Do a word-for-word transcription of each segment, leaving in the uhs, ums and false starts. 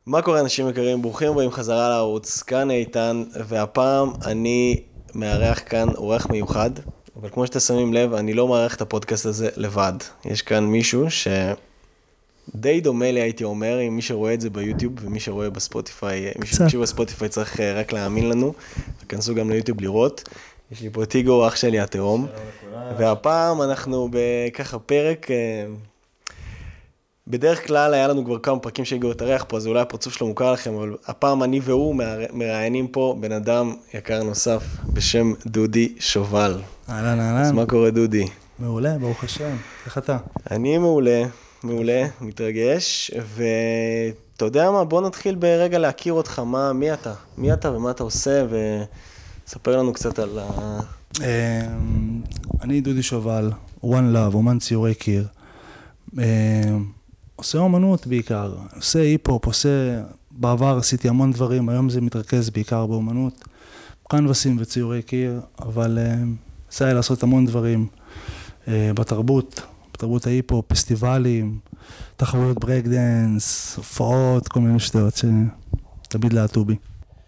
מה קורה אנשים יקרים? ברוכים הבאים חזרה לערוץ, כאן איתן, והפעם אני מארח כאן אורח מיוחד, אבל כמו שאתם שמים לב, אני לא מארח את הפודקאסט הזה לבד. יש כאן מישהו שדי דומה לי, הייתי אומר, עם מי שרואה את זה ביוטיוב, ומי שרואה בספוטיפיי, מי שמקשיב בספוטיפיי צריך רק להאמין לנו, וכנסו גם ליוטיוב לראות. יש לי פה טיגו, אח שלי התאום, והפעם אנחנו בככה פרק... בדרך כלל היה לנו כבר כמה פרקים שהגיעו את הריח פה, אז אולי הפרצוף שלו מוכר לכם, אבל הפעם אני והוא מראיינים פה בן אדם יקר נוסף בשם דודי שובל. אהלן, אהלן. אז מה קורה דודי? מעולה, ברוך השם. איך אתה? אני מעולה, מעולה, מתרגש, ואתה יודע מה, בוא נתחיל ברגע להכיר אותך, מה, מי אתה? מי אתה ומה אתה עושה, וספר לנו קצת על ה... אני דודי שובל, One Love, אומן ציורי קיר. עושה אומנות בעיקר, עושה היפ-הופ, עושה, בעבר עשיתי המון דברים, היום זה מתרכז בעיקר באומנות, קנבסים וציורי קיר, אבל עושה לי לעשות המון דברים בתרבות, בתרבות ההיפ-הופ, פסטיבלים, תחרויות ברייק דנס, הופעות, כל מיני שטויות שתמיד להטו בי.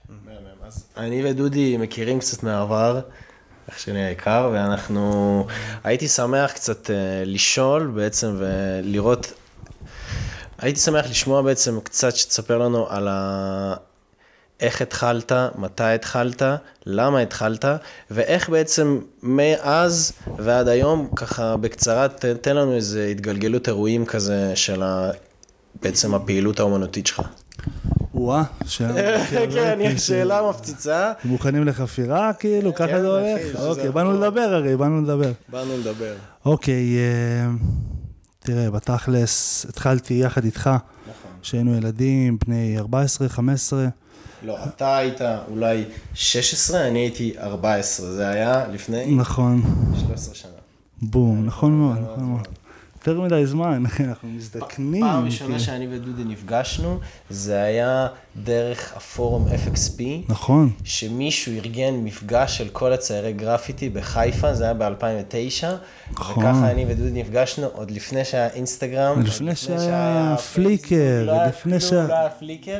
אני ודודי מכירים קצת מהעבר, איך שאני היקר, ואנחנו, הייתי שמח קצת לשאול בעצם ולראות, הייתי שמח לשמוע בעצם קצת שתספר לנו על ה... איך התחלת, מתי התחלת, למה התחלת, ואיך בעצם מאז ועד היום, ככה בקצרה, תן לנו איזה התגלגלות אירועים כזה של ה... בעצם הפעילות האומנותית שלך. וואה, כן, שאלה מפציצה. מוכנים לחפירה, כאילו, ככה זה הולך? אוקיי, באנו לדבר הרי, באנו לדבר. באנו לדבר. אוקיי, תראה, בתכלס, התחלתי יחד איתך, שהיינו ילדים, בני ארבע עשרה, חמש עשרה. לא, אתה היית אולי שש עשרה, אני הייתי ארבע עשרה, זה היה לפני? נכון. שלוש עשרה שנה. בום, נכון מאוד, נכון מאוד. יותר מדי זמן, אנחנו מזדקנים. פעם ראשונה שאני ודודי נפגשנו, זה היה דרך הפורום אף אקס פי. נכון. שמישהו ארגן מפגש של כל הציירי גרפיטי בחיפה, זה היה ב-אלפיים ותשע. נכון. וככה אני ודודי נפגשנו עוד לפני שהיה אינסטגרם. לפני שהיה פליקר. לא היה כלום, לא היה פליקר.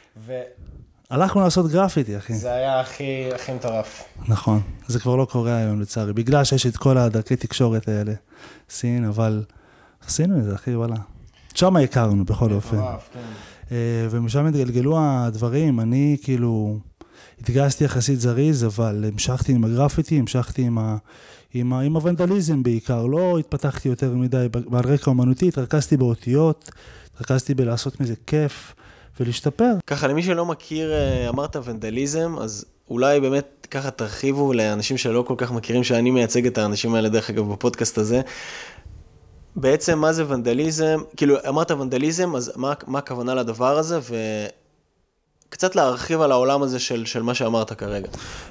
הלכנו לעשות גרפיטי, אחי. זה היה הכי, הכי מטורף. נכון. זה כבר לא קורה היום, לצערי. בגלל שיש את כל הדרכי תקשורת האלה. סין, אבל... עשינו את זה, אחי, וואלה. שם הכרנו, בכל אופן. ומשם התגלגלו הדברים, אני כאילו, התגייסתי יחסית זריז, אבל המשכתי עם הגרפיטי, המשכתי עם, ה, עם, ה, עם הוונדליזם בעיקר, לא התפתחתי יותר מדי בעל רקע אומנותי, התרכזתי באותיות, התרכזתי בלעשות מזה כיף ולהשתפר. ככה, למי שלא מכיר, אמרת ונדליזם, אז אולי באמת ככה תרחיבו לאנשים שלא כל כך מכירים, שאני מייצג את האנשים האלה דרך אגב בפודקאסט הזה, בעצם מה זה ונדליזם, כאילו אמרת ונדליזם, אז מה, מה הכוונה לדבר הזה, וקצת להרחיב על העולם הזה של, של מה שאמרת כרגע.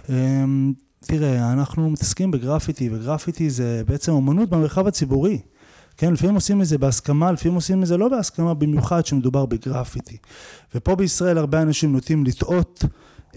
תראה, אנחנו מתעסקים בגרפיטי, וגרפיטי זה בעצם אומנות במרחב הציבורי. כן, לפעמים עושים את זה בהסכמה, לפעמים עושים את זה לא בהסכמה, במיוחד שמדובר בגרפיטי. ופה בישראל הרבה אנשים נוטים לטעות,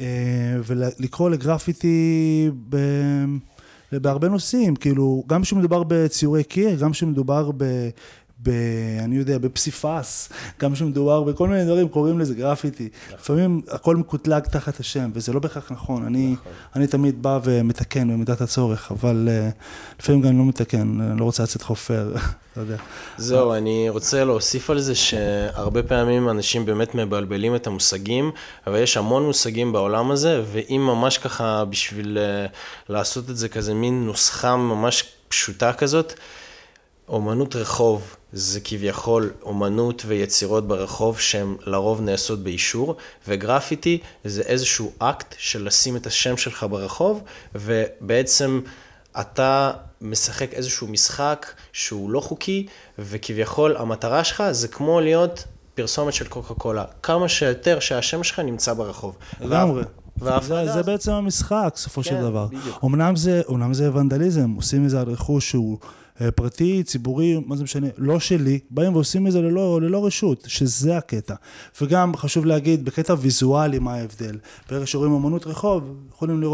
ולקרוא לגרפיטי ב... בהרבה נושאים, כאילו, גם שמדובר בציורי קיר, גם שמדובר ב, ב, אני יודע, בפסיפס, גם שמדובר בכל מיני דברים, קוראים לזה גרפיטי. לפעמים הכל מקוטלג תחת השם, וזה לא בהכרח נכון. אני, אני תמיד בא ומתקן במידת הצורך, אבל לפעמים גם לא מתקן, אני לא רוצה לצאת חופר, אתה יודע. זהו, אני רוצה להוסיף על זה שהרבה פעמים אנשים באמת מבלבלים את המושגים, אבל יש המון מושגים בעולם הזה, ואם ממש ככה בשביל לעשות את זה כזה מין נוסחה ממש פשוטה כזאת, אומנות רחוב זה כביכול אומנות ויצירות ברחוב שהן לרוב נעשות באישור, וגרפיטי זה איזשהו אקט של לשים את השם שלך ברחוב, ובעצם אתה משחק איזשהו משחק שהוא לא חוקי, וכביכול המטרה שלך זה כמו להיות פרסומת של קוקה קולה, כמה שיותר שהשם שלך נמצא ברחוב. לגמרי. זה, זה בעצם המשחק, סופו של דבר. אמנם זה, אמנם זה ונדליזם, עושים את זה על רכוש שהוא פרטי, ציבורי, מה זה משנה, לא שלי, באים ועושים את זה ללא, ללא רשות, שזה הקטע. וגם חשוב להגיד, בקטע ויזואלי מה ההבדל. ברגע שרואים אמנות רחוב, יכולים לראות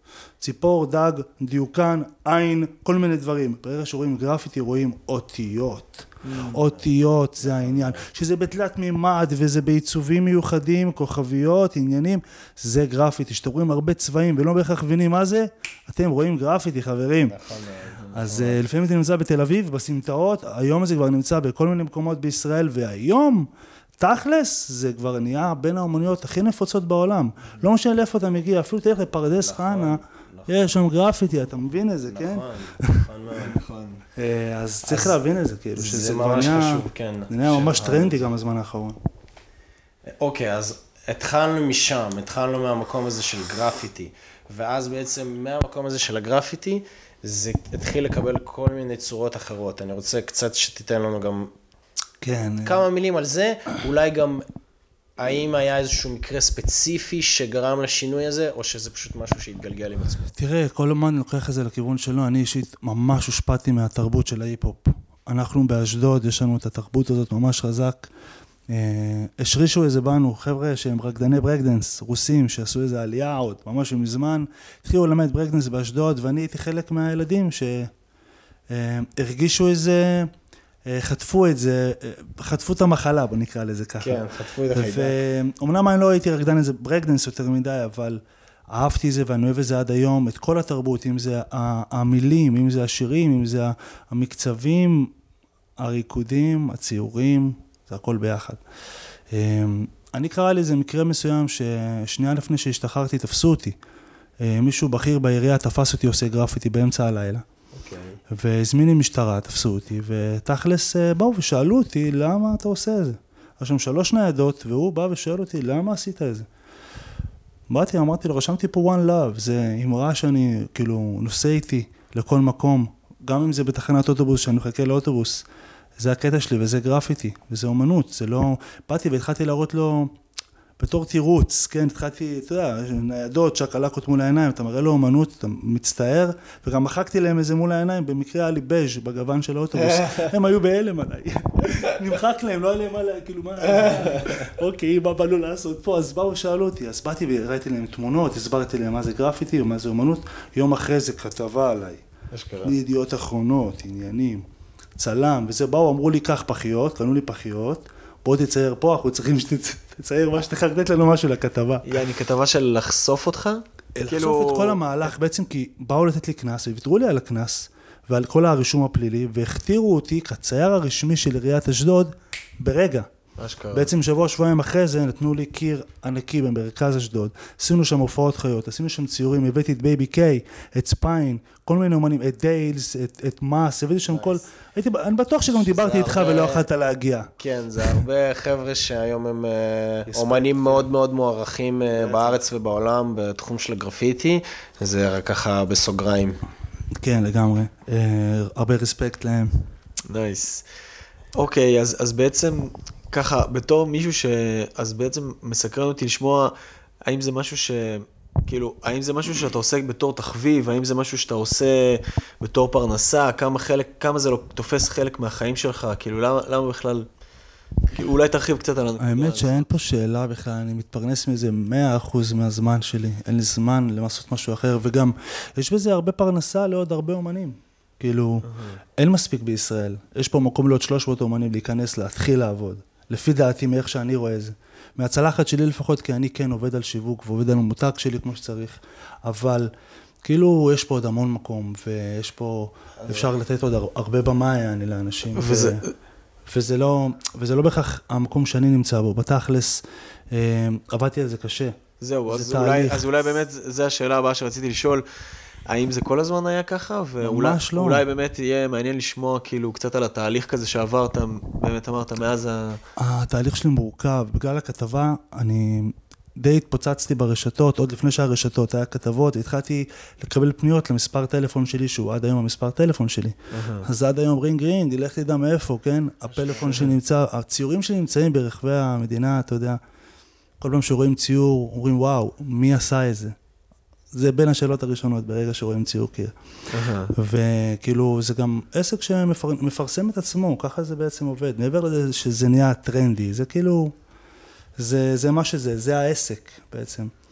ציפור, דג, דיוקן, עין, כל מיני דברים. ברגע שרואים גרפיטי רואים אותיות. אותיות זה העניין. שזה בתלת מימד וזה בעיצובים מיוחדים, כוכביות, עניינים, זה גרפיטי. שאתם רואים הרבה צבעים ולא בהכרח מבינים מה זה, אתם רואים גרפיטי, חברים. אז לפעמים זה נמצא בתל אביב, בסמטאות, היום זה כבר נמצא בכל מיני מקומות בישראל, והיום, תכלס, זה כבר נהיה בין האומנויות הכי נפוצות בעולם. לא משנה לאיפה אתה מגיע, אפילו תלך לפרדס חנה, יש שם גרפיטי, אתה מבין את זה, כן? נכון, נכון מאוד, נכון. אז צריך להבין את זה, כאילו, שזה ממש חשוב, כן. זה נהיה ממש טרנדי גם הזמן האחרון. אוקיי, אז התחלנו משם, התחלנו מהמקום הזה של גרפיטי, ואז בעצם מהמקום הזה של הגרפיטי, זה התחיל לקבל כל מיני צורות אחרות. אני רוצה קצת שתיתן לנו גם כן. כמה מילים על זה, אולי גם האם היה איזשהו מקרה ספציפי שגרם לשינוי הזה, או שזה פשוט משהו שהתגלגל עם עצמו? תראה, כל הזמן אני לוקח את זה לכיוון שלו, אני אישית ממש הושפעתי מהתרבות של ההיפ-הופ. אנחנו באשדוד, יש לנו את התרבות הזאת ממש חזק. השרישו איזה בנו, חבר'ה שהם רקדני ברקדנס, רוסים, שעשו איזה עלייה עוד, ממש מזמן, התחילו ללמד ברקדנס באשדוד, ואני הייתי חלק מהילדים שהרגישו איזה, חטפו את זה, חטפו את המחלה, בוא נקרא לזה ככה. כן, חטפו את החיידק. ואומנם אני לא הייתי רקדן איזה ברקדנס יותר מדי, אבל אהבתי זה ואני אוהב את זה עד היום, את כל התרבות, אם זה המילים, אם זה השירים, אם זה המקצבים, הריקודים, הציורים, זה הכל ביחד. אני קרא לי איזה מקרה מסוים ששנייה לפני שהשתחררתי תפסו אותי. מישהו בכיר בעירייה תפס אותי עושה גרפיטי באמצע הלילה. והזמיני משטרה, תפסו אותי, ותכלס באו ושאלו אותי למה אתה עושה את זה. יש שם שלוש ניידות, והוא בא ושואל אותי למה עשית את זה. באתי, אמרתי לו, רשמתי פה one love, זה אמרה שאני כאילו נוסע איתי לכל מקום, גם אם זה בתחנת אוטובוס, שאני מחכה לאוטובוס, זה הקטע שלי וזה גרפיטי, וזה אומנות, זה לא... באתי והתחלתי להראות לו בתור תירוץ, כן, התחלתי, אתה יודע, ניידות, שקלקות מול העיניים, אתה מראה לו אומנות, אתה מצטער, וגם מחקתי להם איזה מול העיניים, במקרה היה לי בז' בגוון של האוטובוס, הם היו בהלם עליי, נמחק להם, לא היה להם עליי, כאילו מה, אוקיי, מה באנו לעשות פה, אז באו ושאלו אותי, אז באתי וראיתי להם תמונות, הסברתי להם מה זה גרפיטי ומה זה אומנות, יום אחרי זה כתבה עליי, ידיעות אחרונות, עניינים, צלם, וזה באו, אמרו לי, קח פחיות, קנו לי פחיות, בוא תצייר פה, אנחנו צריכים שתצייר מה שתחק, לתת לנו משהו לכתבה. יעני, כתבה של לחשוף אותך? לחשוף את כל המהלך, בעצם כי באו לתת לי כנס, וויתרו לי על הכנס, ועל כל הרישום הפלילי, והכתירו אותי כצייר הרשמי של עיריית אשדוד, ברגע. בעצם שבוע, שבועיים אחרי זה, נתנו לי קיר ענקי במרכז אשדוד, עשינו שם הופעות חיות, עשינו שם ציורים, הבאתי את בייבי קיי, את ספיין, כל מיני אומנים, את דיילס, את, את מאס, הבאתי שם כל... הייתי, אני בטוח שגם דיברתי איתך ולא יכלת להגיע. כן, זה הרבה חבר'ה שהיום הם אומנים מאוד מאוד מוערכים בארץ ובעולם, בתחום של הגרפיטי, זה רק ככה בסוגריים. כן, לגמרי. הרבה רספקט להם. נייס. אוקיי, אז, אז בעצם... ככה, בתור מישהו ש... אז בעצם מסקרן אותי לשמוע, האם זה משהו ש... כאילו, האם זה משהו שאתה עושה בתור תחביב, האם זה משהו שאתה עושה בתור פרנסה, כמה חלק, כמה זה לא תופס חלק מהחיים שלך, כאילו, למה, למה בכלל... כאילו, אולי תרחיב קצת על... האמת שאין פה שאלה בכלל, אני מתפרנס מזה מאה אחוז מהזמן שלי, אין לי זמן לעשות משהו אחר, וגם, יש בזה הרבה פרנסה לעוד הרבה אומנים. כאילו, אין מספיק בישראל, יש פה מקום לעוד שלוש מאות אומנים להיכנס, להתחיל לעבוד. לפי דעתי מאיך שאני רואה את זה. מהצלחת שלי לפחות, כי אני כן עובד על שיווק ועובד על מותג שלי כמו שצריך, אבל כאילו יש פה עוד המון מקום, ויש פה, אפשר לתת עוד הרבה במה אני לאנשים. וזה... וזה לא, וזה לא בכך המקום שאני נמצא בו. בתכלס, עבדתי על זה קשה. זהו, אז אולי, אז אולי באמת זו השאלה הבאה שרציתי לשאול, האם זה כל הזמן היה ככה? ממש לא. ואולי באמת יהיה מעניין לשמוע כאילו קצת על התהליך כזה שעברת, באמת אמרת מאז ה... התהליך שלי מורכב, בגלל הכתבה אני די התפוצצתי ברשתות, עוד לפני שהרשתות היה כתבות, התחלתי לקבל פניות למספר טלפון שלי, שהוא עד היום המספר טלפון שלי. אז עד היום רינג רינג, לך תדע מאיפה, כן? הפלאפון שנמצא, הציורים שלי נמצאים ברחבי המדינה, אתה יודע, כל פעם שרואים ציור, אומרים וואו, מי עשה את זה? זה בין השאלות הראשונות ברגע שרואים ציור קיר. וכאילו זה גם עסק שמפרסם את עצמו, ככה זה בעצם עובד. מעבר לזה שזה נהיה טרנדי, זה כאילו, זה, זה מה שזה, זה העסק בעצם.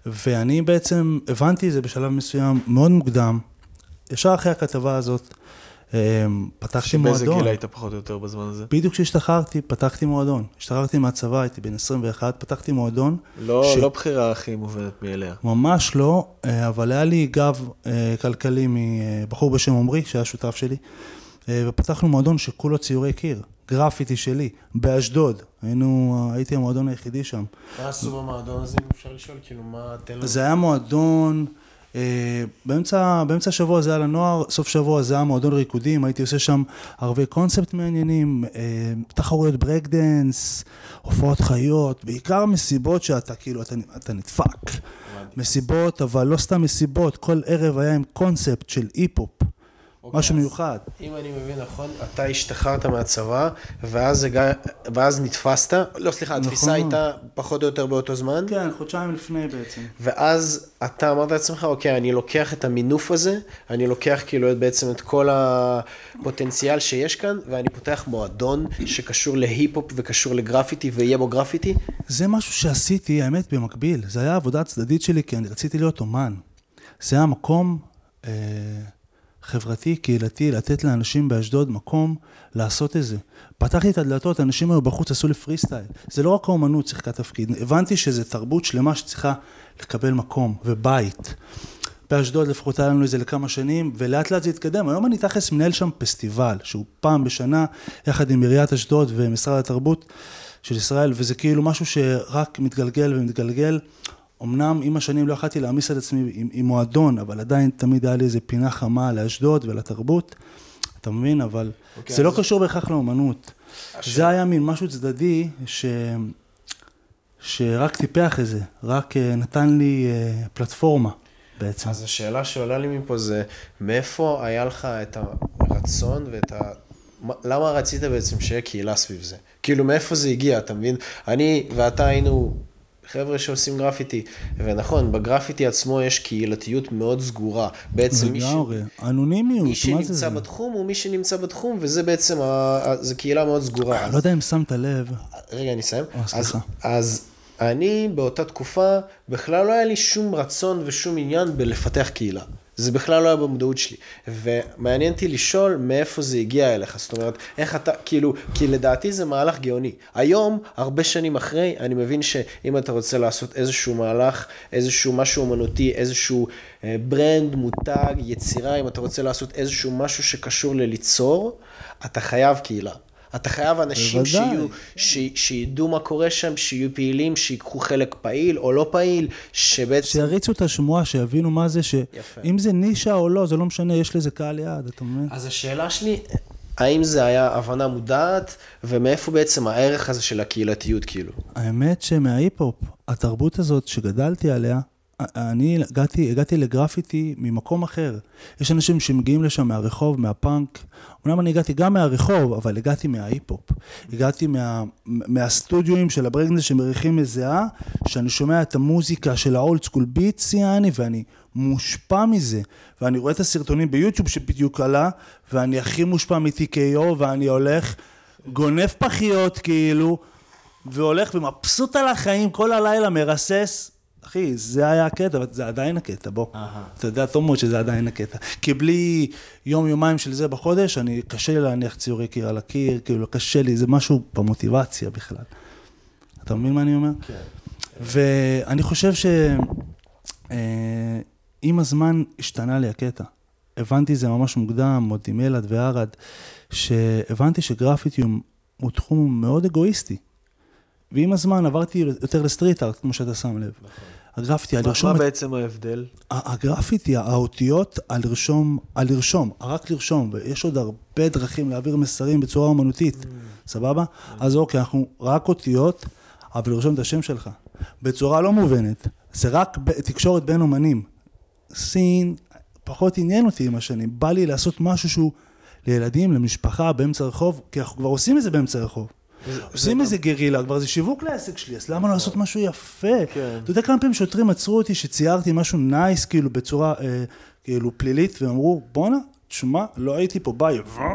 ואני בעצם הבנתי את זה בשלב מסוים מאוד מוקדם, ישר אחרי הכתבה הזאת, פתחתי מועדון. שבאיזה גיל היית פחות או יותר בזמן הזה? בדיוק כשהשתחררתי, פתחתי מועדון. השתחררתי מהצבא, הייתי בן עשרים ואחת, פתחתי מועדון. לא, ש... לא בחירה הכי מובנת מאליה. ממש לא, אבל היה לי גב כלכלי מבחור בשם עומרי, שהיה שותף שלי, ופתחנו מועדון שכולו ציורי קיר, גרפיטי שלי, באשדוד. היינו, הייתי המועדון היחידי שם. מה עשו במועדון הזה, אם אפשר לשאול? כאילו, מה תן לנו? זה היה מועדון... באמצע, באמצע השבוע זה היה לנוער, סוף שבוע זה היה מועדון ריקודים, הייתי עושה שם הרבה קונספט מעניינים, תחרויות ברק דנס, הופעות חיות, בעיקר מסיבות שאתה כאילו, אתה, אתה נדפק. מסיבות, אבל לא סתם מסיבות, כל ערב היה עם קונספט של היפ-הופ. Okay, משהו מיוחד. אם אני מבין נכון, אתה השתחררת מהצבא, ואז, הגע... ואז נתפסת, לא סליחה, נכון. התפיסה הייתה פחות או יותר באותו זמן. כן, חודשיים לפני בעצם. ואז אתה אמרת לעצמך, אוקיי, אני לוקח את המינוף הזה, אני לוקח כאילו בעצם את כל הפוטנציאל שיש כאן, ואני פותח מועדון שקשור להיפ-הופ וקשור לגרפיטי, ויהיה בו גרפיטי. זה משהו שעשיתי, האמת, במקביל. זה היה עבודה צדדית שלי, כי אני רציתי להיות אומן. זה היה מקום... אה... חברתי, קהילתי, לתת לאנשים באשדוד מקום לעשות את זה. פתחתי את הדלתות, אנשים היו בחוץ, עשו לי פרי סטייל. זה לא רק האומנות צריכה תפקיד. הבנתי שזה תרבות שלמה שצריכה לקבל מקום ובית. באשדוד לפחות היה לנו את זה לכמה שנים, ולאט לאט זה התקדם. היום אני תכף מנהל שם פסטיבל, שהוא פעם בשנה, יחד עם עיריית אשדוד ומשרד התרבות של ישראל, וזה כאילו משהו שרק מתגלגל ומתגלגל. אמנם עם השנים לא יכולתי להעמיס על עצמי עם, עם מועדון, אבל עדיין תמיד היה לי איזה פינה חמה לאשדוד ולתרבות, אתה מבין? אבל okay, זה לא קשור בהכרח לאומנות. השאל. זה היה מין משהו צדדי ש... שרק טיפח את זה, רק נתן לי פלטפורמה בעצם. אז השאלה שעולה לי מפה זה, מאיפה היה לך את הרצון ואת ה... למה רצית בעצם שיהיה קהילה סביב זה? כאילו מאיפה זה הגיע, אתה מבין? אני ואתה היינו... חבר'ה שעושים גרפיטי, ונכון, בגרפיטי עצמו יש קהילתיות מאוד סגורה. בעצם מי, ש... אנונימיות, מי שנמצא בתחום הוא מי שנמצא בתחום, וזה בעצם, ה... זו קהילה מאוד סגורה. לא יודע אם שמת לב. רגע, אני אסיים. אז, אז אני באותה תקופה, בכלל לא היה לי שום רצון ושום עניין בלפתח קהילה. זה בכלל לא היה במודעות שלי, ומעניין אותי לשאול מאיפה זה הגיע אליך, זאת אומרת, איך אתה, כאילו, כי לדעתי זה מהלך גאוני. היום, הרבה שנים אחרי, אני מבין שאם אתה רוצה לעשות איזשהו מהלך, איזשהו משהו אומנותי, איזשהו אה, ברנד, מותג, יצירה, אם אתה רוצה לעשות איזשהו משהו שקשור לליצור, אתה חייב קהילה. אתה חייב אנשים שיהיו, ש, שידעו מה קורה שם, שיהיו פעילים, שיקחו חלק פעיל או לא פעיל, שבעצם... שיריצו את השמועה, שיבינו מה זה, שאם זה נישה או לא, זה לא משנה, יש לזה קהל יעד, אתה מבין? אז השאלה שלי, האם זה היה הבנה מודעת, ומאיפה בעצם הערך הזה של הקהילתיות, כאילו? האמת שמההיפ-הופ, התרבות הזאת שגדלתי עליה, אני הגעתי, הגעתי לגרפיטי ממקום אחר. יש אנשים שמגיעים לשם מהרחוב, מהפאנק. אומנם אני הגעתי גם מהרחוב, אבל הגעתי מההיפ-הופ. הגעתי מה, מהסטודיואים של הברקדנס שמריחים מזהה, שאני שומע את המוזיקה של האולד סקול ביטס, יעני, ואני מושפע מזה. ואני רואה את הסרטונים ביוטיוב שבדיוק עלה, ואני הכי מושפע מ-טי קיי או, ואני הולך, גונף פחיות כאילו, והולך ומבסוט על החיים כל הלילה, מרסס, אחי, זה היה הקטע, אבל זה עדיין הקטע, בוא. אתה יודע, טוב מאוד שזה עדיין הקטע. כי בלי יום, יומיים של זה בחודש, אני קשה לי להניח ציורי קיר על הקיר, כאילו, קשה לי, זה משהו במוטיבציה בכלל. אתה מבין מה אני אומר? כן. ואני חושב שעם הזמן השתנה לי הקטע. הבנתי זה ממש מוקדם, עוד עם ילד וערד, שהבנתי שגרפיטי הוא תחום מאוד אגואיסטי. ועם הזמן עברתי יותר לסטריט ארט, כמו שאתה שם לב. הגרפיטי, על לרשום... מה בעצם ההבדל? הגרפיטי, האותיות על לרשום, על לרשום, רק לרשום, ויש עוד הרבה דרכים להעביר מסרים בצורה אומנותית, סבבה? אז אוקיי, אנחנו רק אותיות, אבל לרשום את השם שלך. בצורה לא מובנת, זה רק תקשורת בין אומנים. סין, פחות עניין אותי עם השנים, בא לי לעשות משהו שהוא לילדים, למשפחה, באמצע הרחוב, כי אנחנו כבר עושים את זה באמצע הרחוב. עושים איזה גרילה, כבר זה שיווק לעסק שלי, אז למה לא לעשות משהו יפה? אתה יודע כמה פעמים שוטרים עצרו אותי שציירתי משהו נייס, כאילו בצורה כאילו פלילית, ואמרו, בואנה, תשמע, לא הייתי פה, ביי,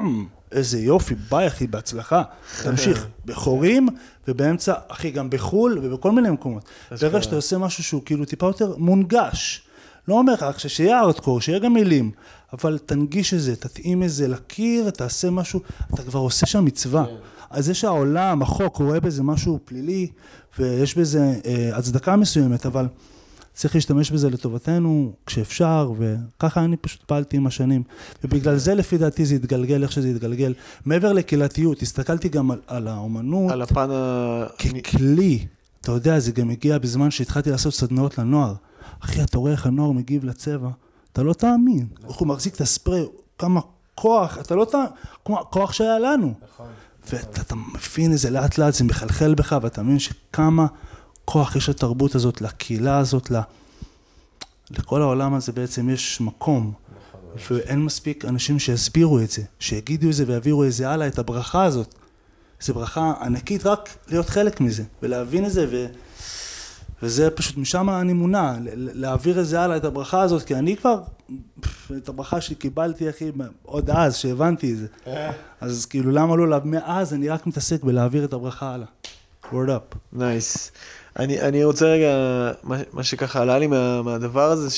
איזה יופי, ביי אחי, בהצלחה, תמשיך, בחורים, ובאמצע, אחי, גם בחול, ובכל מיני מקומות. ברגע שאתה עושה משהו שהוא כאילו טיפה יותר מונגש, לא אומר לך, שיהיה ארטקור, שיהיה גם מילים, אבל תנגיש את זה, תתאים את זה לקיר, תעשה משהו, אתה כבר עושה שם מצווה. אז זה שהעולם, החוק, רואה בזה משהו פלילי, ויש בזה אה, הצדקה מסוימת, אבל צריך להשתמש בזה לטובתנו כשאפשר, וככה אני פשוט פעלתי עם השנים. ובגלל זה לפי דעתי זה התגלגל, איך שזה התגלגל. מעבר לקהילתיות, הסתכלתי גם על, על האומנות. על הפן ה... ככלי. אתה יודע, זה גם הגיע בזמן שהתחלתי לעשות סדנאות לנוער. אחי, אתה רואה איך הנוער מגיב לצבע, אתה לא תאמין. הוא מחזיק את הספרי, כמה כוח, אתה לא תאמין, כמו כוח שהיה לנו. ואתה מבין איזה לאט לאט, זה מחלחל בך, ואתה מבין שכמה כוח יש לתרבות הזאת, לקהילה הזאת, לכל העולם הזה בעצם יש מקום. ואין מספיק אנשים שיסבירו את זה, שיגידו את זה ויעבירו את זה הלאה, את הברכה הזאת. זו ברכה ענקית רק להיות חלק מזה, ולהבין את זה, ו... וזה פשוט משם אני מונע, להעביר את זה הלאה, את הברכה הזאת, כי אני כבר, את הברכה שקיבלתי, אחי, עוד אז, שהבנתי את זה. אז כאילו, למה לא, מאז אני רק מתעסק בלהעביר את הברכה הלאה. word up. נייס. אני, אני רוצה רגע, מה, מה שככה עלה לי מה, מהדבר הזה,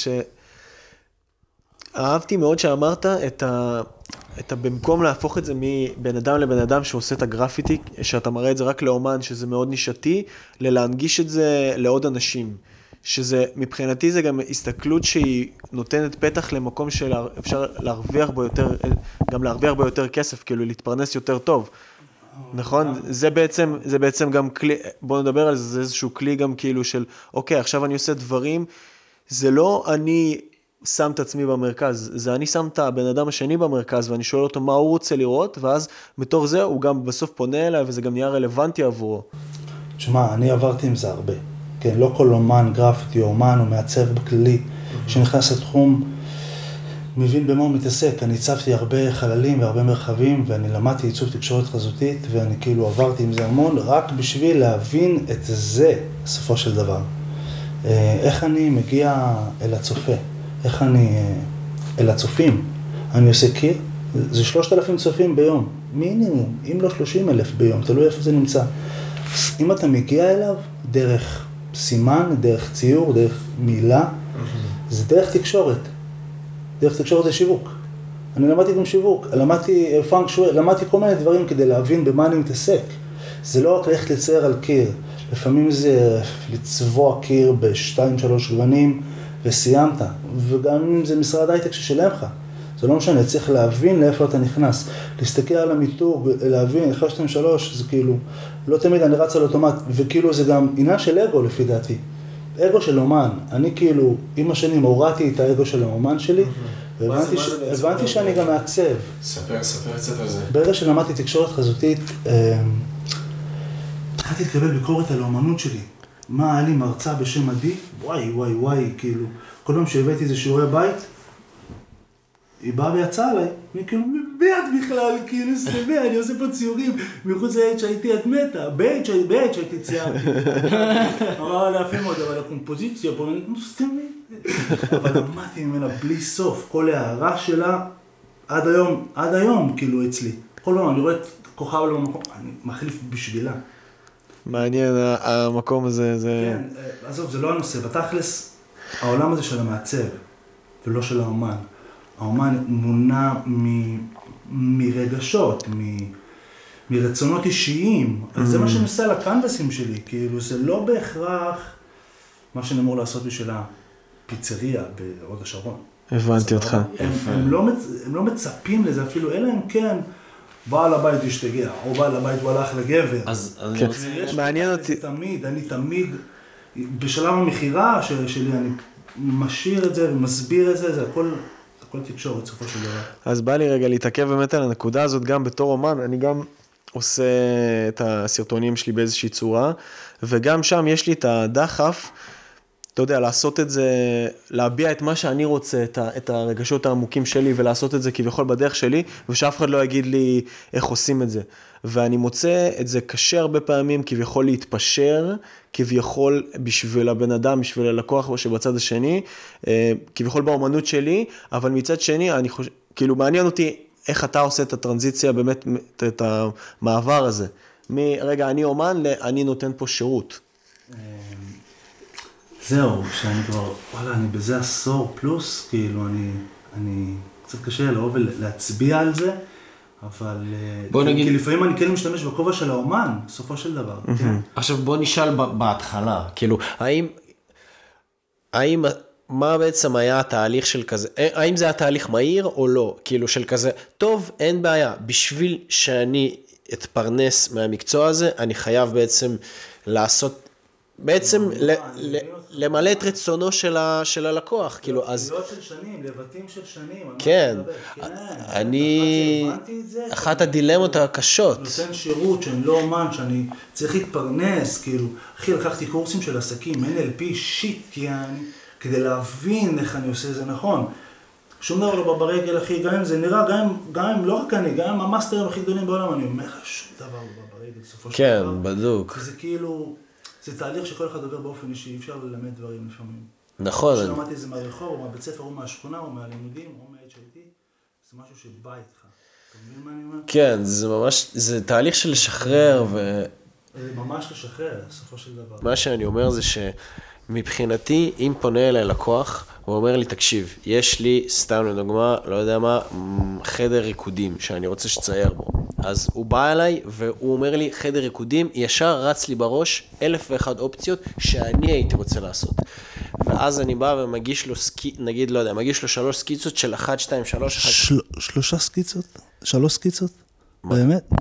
שאהבתי מאוד שאמרת את ה... את במקום להפוך את זה מבן אדם לבן אדם שעושה את הגרפיטי, שאתה מראה את זה רק לאומן, שזה מאוד נישתי, ללהנגיש את זה לעוד אנשים. שזה, מבחינתי זה גם הסתכלות שהיא נותנת פתח למקום שאפשר להרוויח בו יותר, גם להרוויח בו יותר כסף, כאילו להתפרנס יותר טוב. נכון? זה בעצם, זה בעצם גם כלי, בוא נדבר על זה, זה איזשהו כלי גם כאילו של, אוקיי, עכשיו אני עושה דברים, זה לא אני שם את עצמי במרכז, זה אני שם את הבן אדם השני במרכז, ואני שואל אותו מה הוא רוצה לראות, ואז מתוך זה הוא גם בסוף פונה אליי, וזה גם נהיה רלוונטי עבורו. תשמע, אני עברתי עם זה הרבה. כן, לא כל אומן גרפיטי, אומן או מעצב בכללי, שנכנס לתחום, מבין במה הוא מתעסק. אני הצבתי הרבה חללים והרבה מרחבים, ואני למדתי עיצוב תקשורת חזותית, ואני כאילו עברתי עם זה המון, רק בשביל להבין את זה, בסופו של דבר. איך אני מגיע אל הצופה, איך אני, אל הצופים. אני עושה קיר, זה שלושת אלפים צופים ביום, מינימום, אם לא שלושים אלף ביום, תלוי איפה זה נמצא. אם אתה מגיע אליו, דרך סימן, דרך ציור, דרך מילה, זה דרך תקשורת. דרך תקשורת זה שיווק. אני למדתי גם שיווק, למדתי פאנק שווי, למדתי כל מיני דברים כדי להבין במה אני מתעסק. זה לא רק ללכת לצייר על קיר, לפעמים זה לצבוע קיר בשתיים, שלוש גוונים וסיימת. וגם אם זה משרד הייטק ששלם לך, זה לא משנה, צריך להבין לאיפה אתה נכנס. להסתכל על המיתוג, להבין, אחת, שתיים, שלוש, זה כאילו, לא תמיד אני רץ על אוטומט, וכאילו זה גם עניין של אגו לפי דעתי. אגו של אומן, אני כאילו, עם השנים הורדתי את האגו של האומן שלי, והבנתי שאני גם מעצב. ספר, ספר קצת על זה. ברגע שלמדתי תקשורת חזותית, התחלתי לקבל ביקורת על האומנות שלי. מה, היה לי מרצה בשם עדי? וואי, וואי, וואי, כאילו, כל פעם שהבאתי איזה שיעורי בית, היא באה ויצאה עליי, אני כאילו, ביד בכלל, כאילו, סתמי, אני עושה פה ציורים, מחוץ ל-H שהייתי את מתה, ב-H שהייתי ציירתי. אמרה לה, יפה מאוד, אבל הקומפוזיציה פה, אני כמו סתמי. אבל למדתי ממנה בלי סוף, כל הערה שלה, עד היום, עד היום, כאילו, אצלי. כל פעם, אני רואה את כוכב על המקום, אני מחליף בשבילה. מעניין, המקום הזה, זה... כן, עזוב, זה לא הנושא, בתכלס, העולם הזה של המעצב, ולא של האומן. האומן מונע מ... מרגשות, מ... מרצונות אישיים. Mm. זה מה שאני עושה על הקנבסים שלי, כאילו זה לא בהכרח מה שאני אמור לעשות בשביל הפיצריה בהוד השרון. הבנתי אותך. הם, הם, לא מצ... הם לא מצפים לזה אפילו, אלא אם כן בעל הבית השתגע, או בעל הבית הוא הלך לגבר. אז כן. רוצה... מעניין אותי. תמיד, אני תמיד, בשלב המחירה שלי, אני משאיר את זה ומסביר את זה, זה הכל... כל תקשורת, סופו של דבר. אז בא לי רגע להתעכב באמת על הנקודה הזאת, גם בתור אומן, אני גם עושה את הסרטונים שלי באיזושהי צורה, וגם שם יש לי את הדחף, אתה יודע, לעשות את זה, להביע את מה שאני רוצה, את, ה, את הרגשות העמוקים שלי, ולעשות את זה כביכול בדרך שלי, ושאף אחד לא יגיד לי איך עושים את זה. ואני מוצא את זה קשה הרבה פעמים, כביכול להתפשר, כביכול בשביל הבן אדם, בשביל הלקוח שבצד השני, כביכול באומנות שלי, אבל מצד שני, אני חושב, כאילו מעניין אותי איך אתה עושה את הטרנזיציה, באמת, את המעבר הזה. מרגע, אני אומן, אני נותן פה שירות. זהו, שאני כבר, וואלה, אני בזה עשור פלוס, כאילו, אני, אני, קצת קשה לבוא ולהצביע על זה, אבל, בוא נגיד, כי לפעמים אני כן משתמש בכובע של האומן, בסופו של דבר. כן? עכשיו בוא נשאל בהתחלה, כאילו, האם, האם, מה בעצם היה התהליך של כזה, האם זה היה תהליך מהיר או לא, כאילו של כזה, טוב, אין בעיה, בשביל שאני אתפרנס מהמקצוע הזה, אני חייב בעצם לעשות, בעצם למלא את רצונו של הלקוח, כאילו, אז... לבטים של שנים, לבטים של שנים. כן, אני... אחת הדילמות הקשות. נותן שירות שאני לא אומן, שאני צריך להתפרנס, כאילו, אחי, לקחתי קורסים של עסקים, אן אל פי, שיט, כדי להבין איך אני עושה זה נכון. שום דבר לא בא ברגל, אחי, גם אם זה נראה, גם אם לא רק אני, גם אם המאסטרים הכי גדולים בעולם, אני אומר לך, שום דבר לא בא ברגל, סופו של דבר. כן, בדוק. זה כאילו... זה תהליך שכל אחד עובר באופן אישי, אפשר ללמד דברים לפעמים. נכון. כשלמדתי את זה מהרחוב, או מהבית ספר, או מהשכונה, או מהלימודים, או מה-אייץ' איי טי, זה משהו שבא איתך. אתה מבין מה אני אומר? כן, זה ממש, זה תהליך של לשחרר ו... זה ממש לשחרר, בסופו של דבר. מה שאני אומר זה שמבחינתי, אם פונה אליי לקוח, הוא אומר לי, תקשיב, יש לי, סתם לדוגמה, לא יודע מה, חדר ריקודים שאני רוצה שצייר בו. אז הוא בא אליי והוא אומר לי, חדר ריקודים, ישר רץ לי בראש אלף ואחת אופציות שאני הייתי רוצה לעשות. ואז אני בא ומגיש לו, סקי, נגיד, לא יודע, מגיש לו שלוש סקיצות של אחת, שתיים, שלוש, אחת. שלושה סקיצות? שלוש סקיצות? באמת?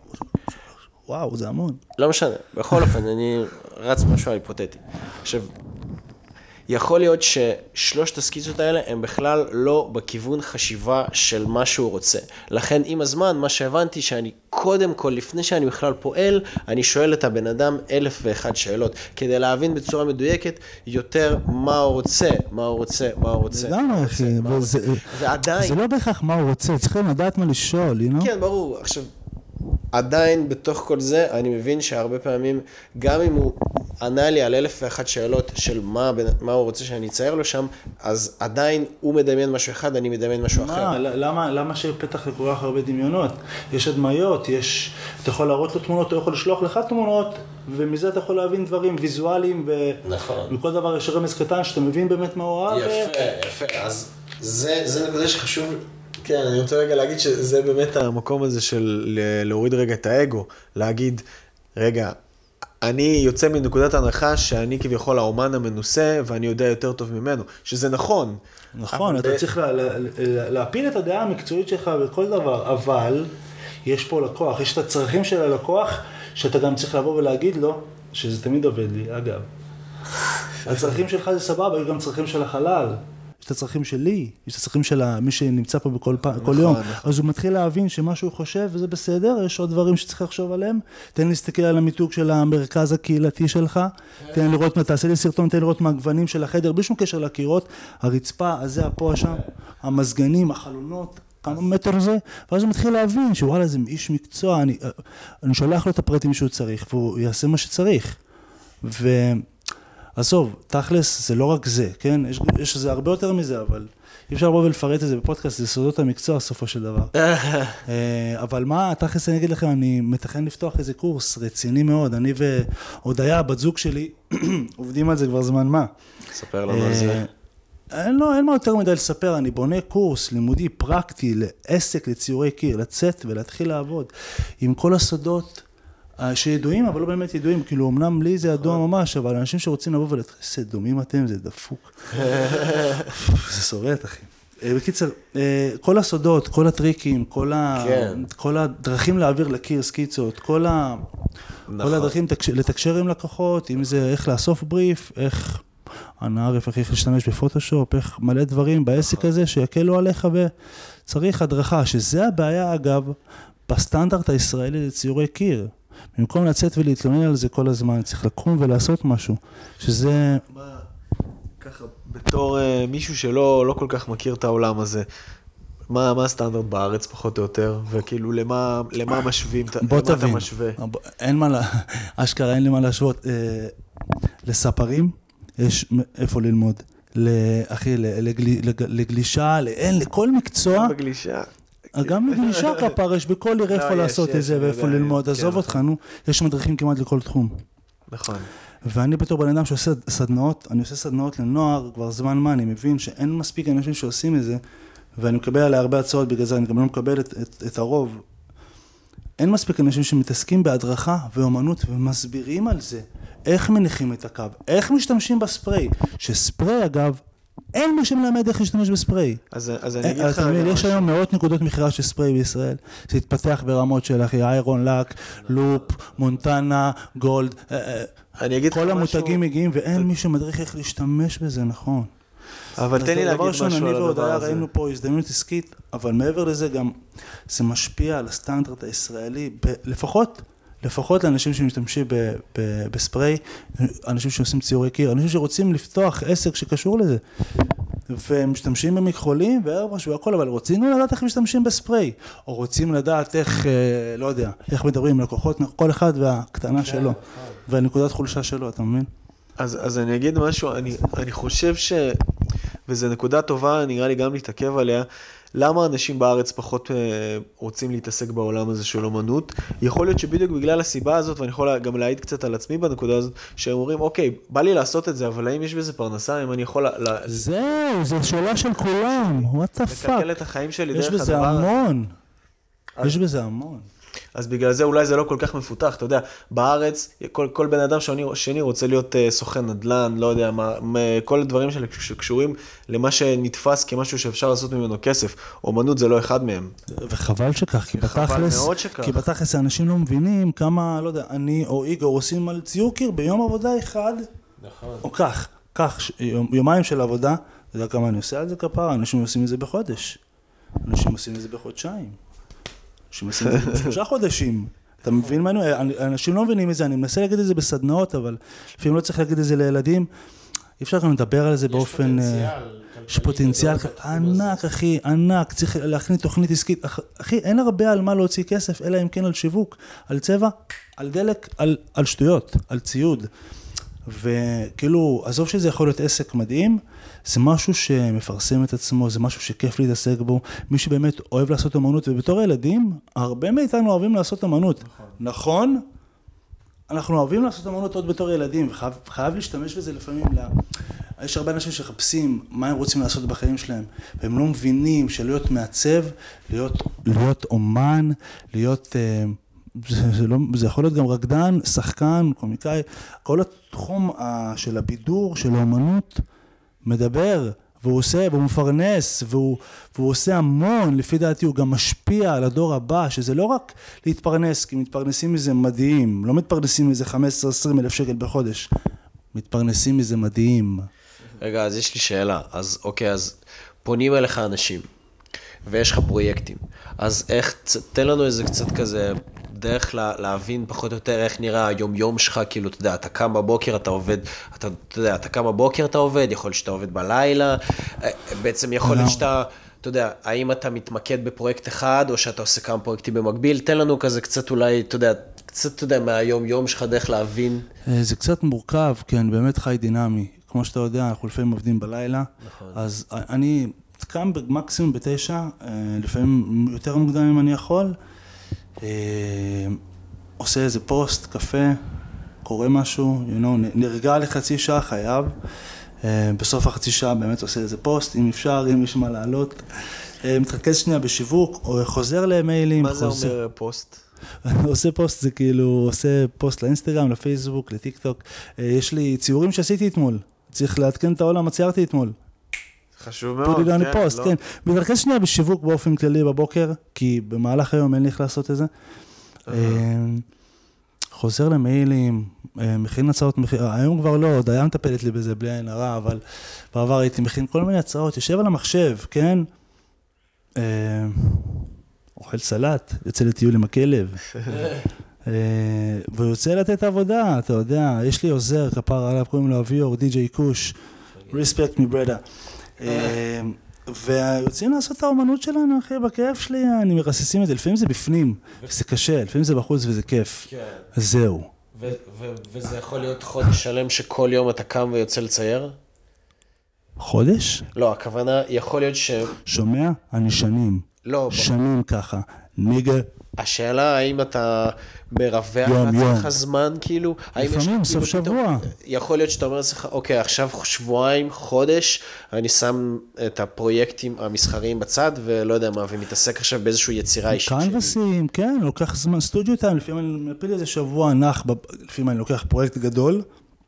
וואו, זה המון. לא משנה, בכל אופן, אני רץ משהו היפותטי. עכשיו, יכול להיות ששלושת הסקיצות האלה הם בכלל לא בכיוון חשיבה של מה שהוא רוצה. לכן עם הזמן, מה שהבנתי שאני קודם כל, לפני שאני בכלל פועל, אני שואל את הבן אדם אלף ואחת שאלות, כדי להבין בצורה מדויקת יותר מה הוא רוצה, מה הוא רוצה, מה הוא רוצה. למה, אחי? ועדיין... זה לא בהכרח מה הוא רוצה, צריכים לדעת מה לשאול, you know? כן, ברור. עכשיו, עדיין בתוך כל זה, אני מבין שהרבה פעמים, גם אם הוא ענה לי על אלף ואחת שאלות של מה, מה הוא רוצה שאני אצייר לו שם, אז עדיין הוא מדמיין משהו אחד, אני מדמיין משהו אחר. מה, למה, למה שפתח לכל כך הרבה דמיונות? יש הדמיות, יש, אתה יכול להראות לו תמונות, אתה יכול לשלוח לך תמונות, ומזה אתה יכול להבין דברים ויזואליים, ו... נכון. מכל דבר יש רמז קטן שאתה מבין באמת מה הוא אוהב. יפה, יפה. אז זה, זה נקודה שחשוב... כן, אני רוצה רגע להגיד שזה באמת המקום הזה של להוריד רגע את האגו, להגיד, רגע, אני יוצא מנקודת הנחה שאני כביכול האומן המנוסה, ואני יודע יותר טוב ממנו, שזה נכון. נכון, אתה צריך להפיל את הדעה המקצועית שלך בכל דבר, אבל יש פה לקוח, יש את הצרכים של הלקוח, שאתה גם צריך לבוא ולהגיד לו, שזה תמיד עובד לי, אגב. הצרכים שלך זה סבבה, יש גם צרכים של החלל. יש את הצרכים שלי, יש את הצרכים של מי שנמצא פה בכל פעם, כל יום. אז הוא מתחיל להבין שמה שהוא חושב, וזה בסדר, יש עוד דברים שצריך לחשוב עליהם. תן להסתכל על המיתוג של המרכז הקהילתי שלך, תן לראות, תעשה לי סרטון, תן לראות מהגוונים של החדר, בלי שום קשר לקירות, הרצפה, הזה, הפה, שם, המזגנים, החלונות, כמה מטר זה, ואז הוא מתחיל להבין שוואלה, זה איש מקצוע, אני, אני שולח לו את הפרטים שהוא צריך, והוא יעשה מה שצריך. ו... עזוב, תכלס, זה לא רק זה, כן? יש, יש זה הרבה יותר מזה, אבל אי אפשר לבוא ולפרט את זה בפודקאסט, זה סודות המקצוע, סופו של דבר. אבל מה, תכלס, אני אגיד לכם, אני מתכן לפתוח איזה קורס רציני מאוד, אני והודיה, בת זוג שלי, עובדים על זה כבר זמן מה. ספר לנו על זה. אין, לא, אין מה יותר מדי לספר, אני בונה קורס לימודי פרקטי לעסק, לציורי קיר, לצאת ולהתחיל לעבוד עם כל הסודות, שידועים, אבל לא באמת ידועים, כאילו, אמנם לי זה ידוע ממש, אבל אנשים שרוצים לבוא ולתחס, דומים אתם, זה דפוק. זה שורט, אחי. בקיצר, כל הסודות, כל הטריקים, כל הדרכים להעביר לקיר סקיצות, כל הדרכים לתקשר עם לקוחות, אם זה איך לאסוף בריף, איך הנערף, איך להשתמש בפוטושופ, איך מלא דברים בעסק הזה, שיקלו עליך וצריך הדרכה, שזה הבעיה, אגב, בסטנדרט הישראלי לציורי קיר. במקום לצאת ולהתלונן על זה כל הזמן, צריך לקום ולעשות משהו, שזה... מה, ככה, בתור uh, מישהו שלא לא כל כך מכיר את העולם הזה, מה, מה הסטנדרט בארץ פחות או יותר, וכאילו למה, למה משווים, בוא תבין, אתה משווה? אין מה, לה, אשכרה אין לי מה להשוות, אה, לספרים יש איפה ללמוד, אחי, לגלישה, אין, לכל מקצוע. בגלישה. גם נשאר כפר, יש בכל עיר איפה לעשות את זה ואיפה ללמוד, עזוב אותך, נו, יש מדריכים כמעט לכל תחום. נכון. ואני בתור בן אדם שעושה סדנאות, אני עושה סדנאות לנוער כבר זמן מה, אני מבין שאין מספיק אנשים שעושים את זה, ואני מקבל עליה הרבה הצעות, בגלל זה אני גם לא מקבל את, את, את הרוב. אין מספיק אנשים שמתעסקים בהדרכה ואומנות ומסבירים על זה, איך מניחים את הקו, איך משתמשים בספרי, שספרי אגב, אין מי שמלמד איך להשתמש בספרי. אז, אז אני אגיד לך... יש היום מאות נקודות מכירה של ספרי בישראל, זה התפתח ברמות של אחי, איירון, לק, לופ, מונטנה, גולד, כל המותגים מגיעים ואין מי שמדריך איך להשתמש בזה, נכון. אבל תן לי להגיד משהו על הדבר הזה. ראינו פה הזדמנות עסקית, אבל מעבר לזה גם זה משפיע על הסטנדרט הישראלי, לפחות, לפחות לאנשים שמשתמשים בספרי, אנשים שעושים ציורי קיר, אנשים שרוצים לפתוח עסק שקשור לזה, והם משתמשים במכחולים והרבש והכל, אבל רוצים לדעת איך משתמשים בספרי, או רוצים לדעת איך, לא יודע, איך מדברים עם לקוחות, כל אחד והקטנה שלו, והנקודת חולשה שלו, אתה מבין? אז, אז אני אגיד משהו, אני, אני חושב ש... וזו נקודה טובה, נראה לי גם להתעכב עליה, למה אנשים בארץ פחות אה, רוצים להתעסק בעולם הזה של אומנות? יכול להיות שבדיוק בגלל הסיבה הזאת, ואני יכול גם להעיד קצת על עצמי בנקודה הזאת, שהם אומרים, אוקיי, בא לי לעשות את זה, אבל האם יש בזה פרנסה? אם אני יכול... לה... זהו, זו שאלה של כולם, what the fuck. לקטל את החיים שלי דרך הדבר. יש בזה המון, יש בזה המון. אז בגלל זה אולי זה לא כל כך מפותח, אתה יודע, בארץ, כל, כל בן אדם שני, שני רוצה להיות uh, סוכן נדל"ן, לא יודע, מה, כל הדברים שלה שקשורים למה שנתפס כמשהו שאפשר לעשות ממנו כסף, אומנות זה לא אחד מהם. וחבל שכך, כי בתכלס, כי בתכלס האנשים לא מבינים כמה, לא יודע, אני או איגור עושים על ציור קיר ביום עבודה אחד, נכון. או כך, כך, יומיים של עבודה, אתה יודע כמה אני עושה על זה כפרה, אנשים עושים את זה בחודש, אנשים עושים את זה בחודשיים. שמסים את זה בשלושה חודשים. אתה מבין מה? אנשים לא מבינים את זה, אני מנסה להגיד את זה בסדנאות, אבל לפעמים לא צריך להגיד את זה לילדים. אי אפשר גם לדבר על זה באופן... יש פוטנציאל ענק, אחי, ענק. צריך להכניס תוכנית עסקית. אחי, אין הרבה על מה להוציא כסף, אלא אם כן על שיווק, על צבע, על דלק, על שטויות, על ציוד. וכאילו, עזוב שזה יכול להיות עסק מדהים, זה משהו שמפרסם את עצמו, זה משהו שכיף להתעסק בו, מי שבאמת אוהב לעשות אמנות, ובתור ילדים, הרבה מאיתנו אוהבים לעשות אמנות. נכון? נכון? אנחנו אוהבים לעשות אמנות עוד בתור ילדים, וחייב להשתמש בזה לפעמים. לה... יש הרבה אנשים שחפשים מה הם רוצים לעשות בחיים שלהם, והם לא מבינים שלהיות מעצב, להיות, להיות אומן, להיות... זה, זה, לא, זה יכול להיות גם רקדן, שחקן, קומיקאי, כל התחום של הבידור, של האומנות, מדבר, והוא עושה, והוא מפרנס, והוא, והוא עושה המון, לפי דעתי הוא גם משפיע על הדור הבא, שזה לא רק להתפרנס, כי מתפרנסים מזה מדהים, לא מתפרנסים מזה חמש עשרה עשרים אלף שקל בחודש, מתפרנסים מזה מדהים. רגע, אז יש לי שאלה, אז אוקיי, אז פונים אליך אנשים, ויש לך פרויקטים, אז איך, תן לנו איזה קצת כזה, דרך לה, להבין פחות או יותר איך נראה היום יום שלך, כאילו, אתה יודע, אתה קם בבוקר, אתה עובד, אתה, אתה יודע, אתה קם בבוקר, אתה עובד, יכול להיות שאתה עובד בלילה, בעצם יכול להיות שאתה, אתה יודע, האם אתה מתמקד בפרויקט אחד, או שאתה עושה כמה פרויקטים במקביל, תן לנו כזה קצת אולי, אתה יודע, קצת, אתה יודע, מהיום יום שלך דרך להבין. זה קצת מורכב, כי אני באמת חי דינמי, כמו שאתה יודע, אנחנו לפעמים עובדים בלילה, נכון. אז אני קם במקסימום בתשע, לפעמים יותר מוקדם אם אני יכול, עושה איזה פוסט, קפה, קורא משהו, you know, נרגע לחצי שעה, חייב. בסוף החצי שעה באמת עושה איזה פוסט, אם אפשר, אם יש מה לעלות. מתרכז שנייה בשיווק, או חוזר למיילים. מה זה אומר פוסט? עושה פוסט, זה כאילו, עושה פוסט לאינסטגרם, לפייסבוק, לטיק טוק. יש לי ציורים שעשיתי אתמול, צריך לעדכן את העולם, ציירתי אתמול. חשוב מאוד, כן, פוסט, כן. מתרכז שנייה בשיווק באופן כללי בבוקר, כי במהלך היום אין לי איך לעשות את זה. חוזר למיילים, מכין הצעות מחיר, היום כבר לא, עוד היה מטפלת לי בזה בלי עין הרע, אבל בעבר הייתי מכין כל מיני הצעות, יושב על המחשב, כן? אוכל סלט, יוצא לטיול עם הכלב, ויוצא לתת עבודה, אתה יודע, יש לי עוזר, כפר עליו, קוראים לו אביור, די-ג'יי קוש, respect me brother. ויוצאים לעשות את האומנות שלנו, אחי, בכיף שלי, אני מרססים את זה, לפעמים זה בפנים, זה קשה, לפעמים זה בחוץ וזה כיף, אז זהו. וזה יכול להיות חודש שלם שכל יום אתה קם ויוצא לצייר? חודש? לא, הכוונה, יכול להיות ש... שומע? אני שנים. לא. שנים ככה. ניגה. השאלה, האם אתה מרווח לעצמך זמן, כאילו? לפעמים, סוף שבוע. יכול להיות שאתה אומר לעצמך, אוקיי, עכשיו שבועיים, חודש, אני שם את הפרויקטים המסחריים בצד, ולא יודע מה, ומתעסק עכשיו באיזושהי יצירה אישית שלי. קנבסים, כן, לוקח זמן, סטודיו טיים, לפעמים אני מפיל איזה שבוע נח, לפעמים אני לוקח פרויקט גדול,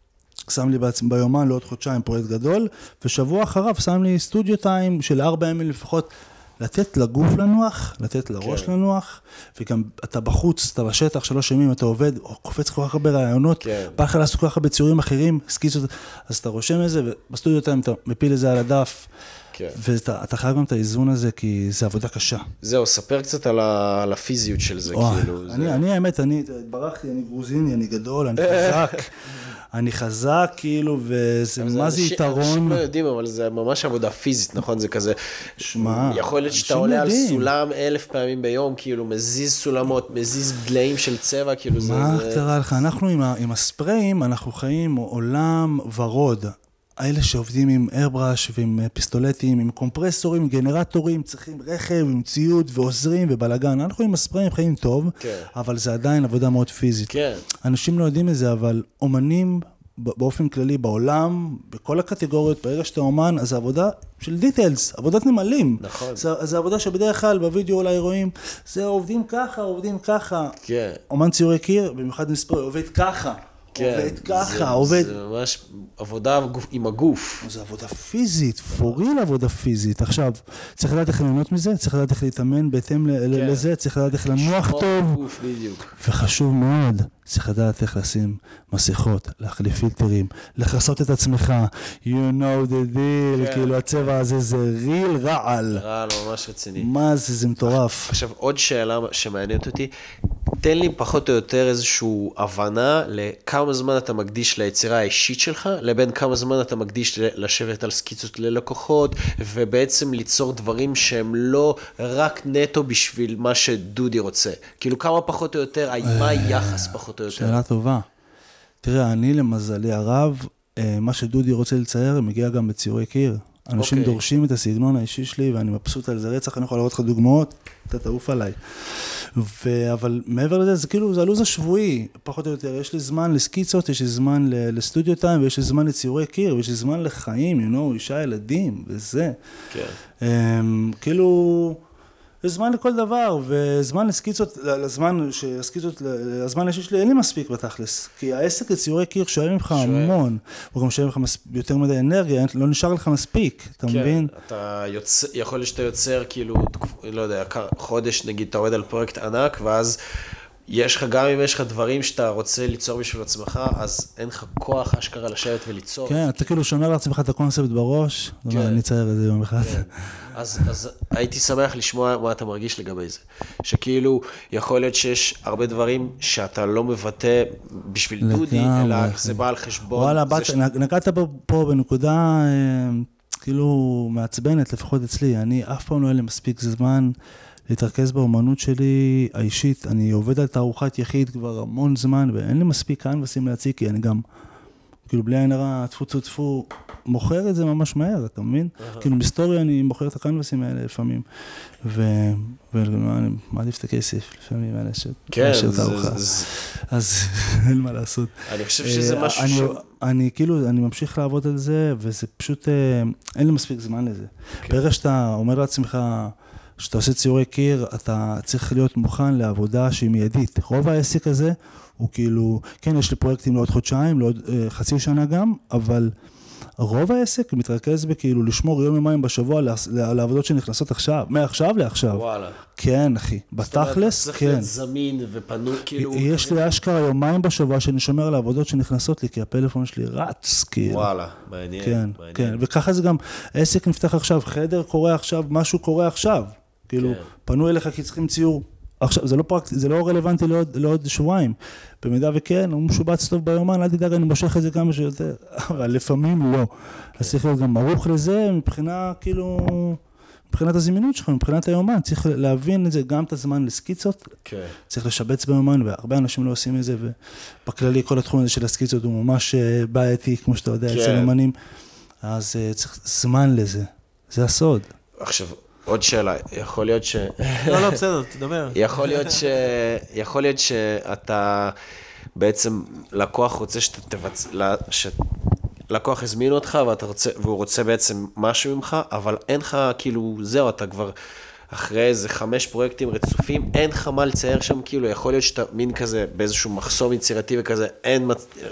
שם לי בעצם ביומן לעוד חודשיים פרויקט גדול, ושבוע אחריו שם לי סטודיו טיים של ארבע ימים לפחות, לתת לגוף לנוח, לתת לראש כן. לנוח, וגם אתה בחוץ, אתה בשטח, שלוש ימים, אתה עובד, או קופץ כל כך הרבה רעיונות, כן. בא לך לעשות כל כך הרבה ציורים אחרים, סקיצות, אז אתה רושם את זה, ובסטודיו אתה מפיל את זה על הדף, כן. ואתה חייב גם את האיזון הזה, כי זה עבודה קשה. זהו, ספר קצת על, ה, על הפיזיות של זה, או, כאילו. אני, זה... אני, האמת, אני ברחתי, אני גרוזיני, אני גדול, אני חזק. אני חזק, כאילו, וזה, מה זה יתרון? אנשים לא יודעים, אבל זה ממש עבודה פיזית, נכון? זה כזה, שמה, יכול להיות שאתה עולה על סולם אלף פעמים ביום, כאילו, מזיז סולמות, מזיז דליים של צבע, כאילו, זה... מה קרה לך? אנחנו עם הספריים, אנחנו חיים עולם ורוד. האלה שעובדים עם איירברש ועם פיסטולטים, עם קומפרסורים, עם גנרטורים, צריכים רכב, עם ציוד ועוזרים ובלגן. אנחנו עם הספריים חיים טוב, כן. אבל זה עדיין עבודה מאוד פיזית. כן. אנשים לא יודעים את זה, אבל אומנים באופן כללי בעולם, בכל הקטגוריות, ברגע שאתה אומן, אז זה עבודה של דיטיילס, עבודת נמלים. נכון. זה, זה עבודה שבדרך כלל בווידאו אולי רואים, זה עובדים ככה, עובדים ככה. כן. אומן ציורי קיר, במיוחד מספרי, עובד ככה. כן, עובד ככה, זה, עובד... זה ממש עבודה עם הגוף. זה עבודה פיזית, פוריל עבודה פיזית. עכשיו, צריך לדעת איך לנהנות מזה, צריך לדעת איך להתאמן בהתאם כן. לזה, צריך לדעת איך לנוח טוב. גוף, בדיוק. וחשוב מאוד, צריך לדעת איך לשים מסכות, להחליף פילטרים, לחסות את עצמך, you know the deal, כן. כאילו הצבע הזה זה ריל רעל. רעל, ממש רציני. מה זה, זה מטורף. עכשיו, עוד שאלה שמעניינת אותי, תן לי פחות או יותר איזושהי הבנה לכמה זמן אתה מקדיש ליצירה האישית שלך, לבין כמה זמן אתה מקדיש לשבת על סקיצות ללקוחות, ובעצם ליצור דברים שהם לא רק נטו בשביל מה שדודי רוצה. כאילו כמה פחות או יותר, מה היחס פחות או יותר? שאלה טובה. תראה, אני למזלי הרב, מה שדודי רוצה לצייר, מגיע גם בציורי קיר. אנשים דורשים את הסגנון האישי שלי, ואני מבסוט על זה רצח, אני יכול לראות לך דוגמאות, אתה תעוף עליי. ו... אבל מעבר לזה, זה כאילו, זה הלוז השבועי, פחות או יותר, יש לי זמן לסקיצות, יש לי זמן לסטודיו טיים, ויש לי זמן לציורי קיר, ויש לי זמן לחיים, you know, אישה, ילדים, וזה. כן. Um, כאילו, יש זמן לכל דבר, וזמן לסקיצות, לזמן, שהסקיצות, הזמן האישי שלי, אין לי מספיק בתכלס, כי העסק לציורי קיר שואל ממך המון, הוא גם שואל ממך יותר מדי אנרגיה, לא נשאר לך מספיק, אתה מבין? כן, אתה יוצא, יכול להיות שאתה יוצר, כאילו, לא יודע, חודש נגיד, אתה עובד על פרויקט ענק, ואז יש לך, גם אם יש לך דברים שאתה רוצה ליצור בשביל עצמך, אז אין לך כוח אשכרה לשבת וליצור. כן, אתה כאילו שומר לעצמך את הקונספט בראש, זאת אומרת, אני אצייר את זה יום אחד. אז הייתי שמח לשמוע מה אתה מרגיש לגבי זה. שכאילו, יכול להיות שיש הרבה דברים שאתה לא מבטא בשביל דודי, אלא זה בא על חשבון. וואלה, נגעת פה בנקודה, כאילו, מעצבנת, לפחות אצלי. אני אף פעם לא היה לי מספיק זמן להתרכז באומנות שלי האישית. אני עובד על תערוכת יחיד כבר המון זמן, ואין לי מספיק קנבסים להציג, כי אני גם, כאילו בלי עין הרע, טפו טפו טפו, מוכר את זה ממש מהר, אתה מבין? כאילו בהיסטוריה אני מוכר את הקנבסים האלה לפעמים, ואני מעדיף את הכסף לפעמים האלה של תערוכה. אז אין מה לעשות. אני חושב שזה משהו ש... אני כאילו, אני ממשיך לעבוד על זה, וזה פשוט, אין לי מספיק זמן לזה. ברגע שאתה אומר לעצמך, כשאתה עושה ציורי קיר, אתה צריך להיות מוכן לעבודה שהיא מיידית. רוב העסק הזה הוא כאילו, כן, יש לי פרויקטים לעוד חודשיים, לעוד אה, חצי שנה גם, אבל רוב העסק מתרכז בכאילו לשמור יום יומיים בשבוע לעבודות שנכנסות עכשיו, מעכשיו לעכשיו. וואלה. כן, אחי. בתכלס, צריך כן. להיות זמין ופנו, כאילו... יש לי אשכרה יומיים בשבוע שאני שומר על העבודות שנכנסות לי, כי הפלאפון שלי רץ, כאילו. וואלה, מעניין. כן, מעניין. כן. וככה זה גם, עסק נפתח עכשיו, חדר קורה עכשיו, משהו קורה עכשיו. כאילו, כן. פנו אליך כי צריכים ציור. עכשיו, זה לא פרקט, זה לא רלוונטי לעוד, לעוד שבועיים. במידה וכן, הוא משובץ טוב ביומן, אל תדאג, אני מושך את זה כמה שיותר. אבל לפעמים לא. כן. אז צריך להיות גם ערוך לזה, מבחינה, כאילו, מבחינת הזמינות שלך, מבחינת היומן. צריך להבין את זה, גם את הזמן לסקיצות. כן. צריך לשבץ ביומן, והרבה אנשים לא עושים את זה, ובכללי כל התחום הזה של הסקיצות הוא ממש בעייתי, כמו שאתה יודע, כן. אצל אומנים. אז צריך זמן לזה. זה הסוד. עכשיו, עוד שאלה, יכול להיות ש... לא, לא, בסדר, תדבר. יכול להיות ש... יכול להיות שאתה בעצם, לקוח רוצה שאתה תבצ... ש... לקוח הזמין אותך ואתה רוצה, והוא רוצה בעצם משהו ממך, אבל אין לך, כאילו, זהו, אתה כבר אחרי איזה חמש פרויקטים רצופים, אין לך מה לצייר שם, כאילו, יכול להיות שאתה מין כזה, באיזשהו מחסום יצירתי וכזה, אין,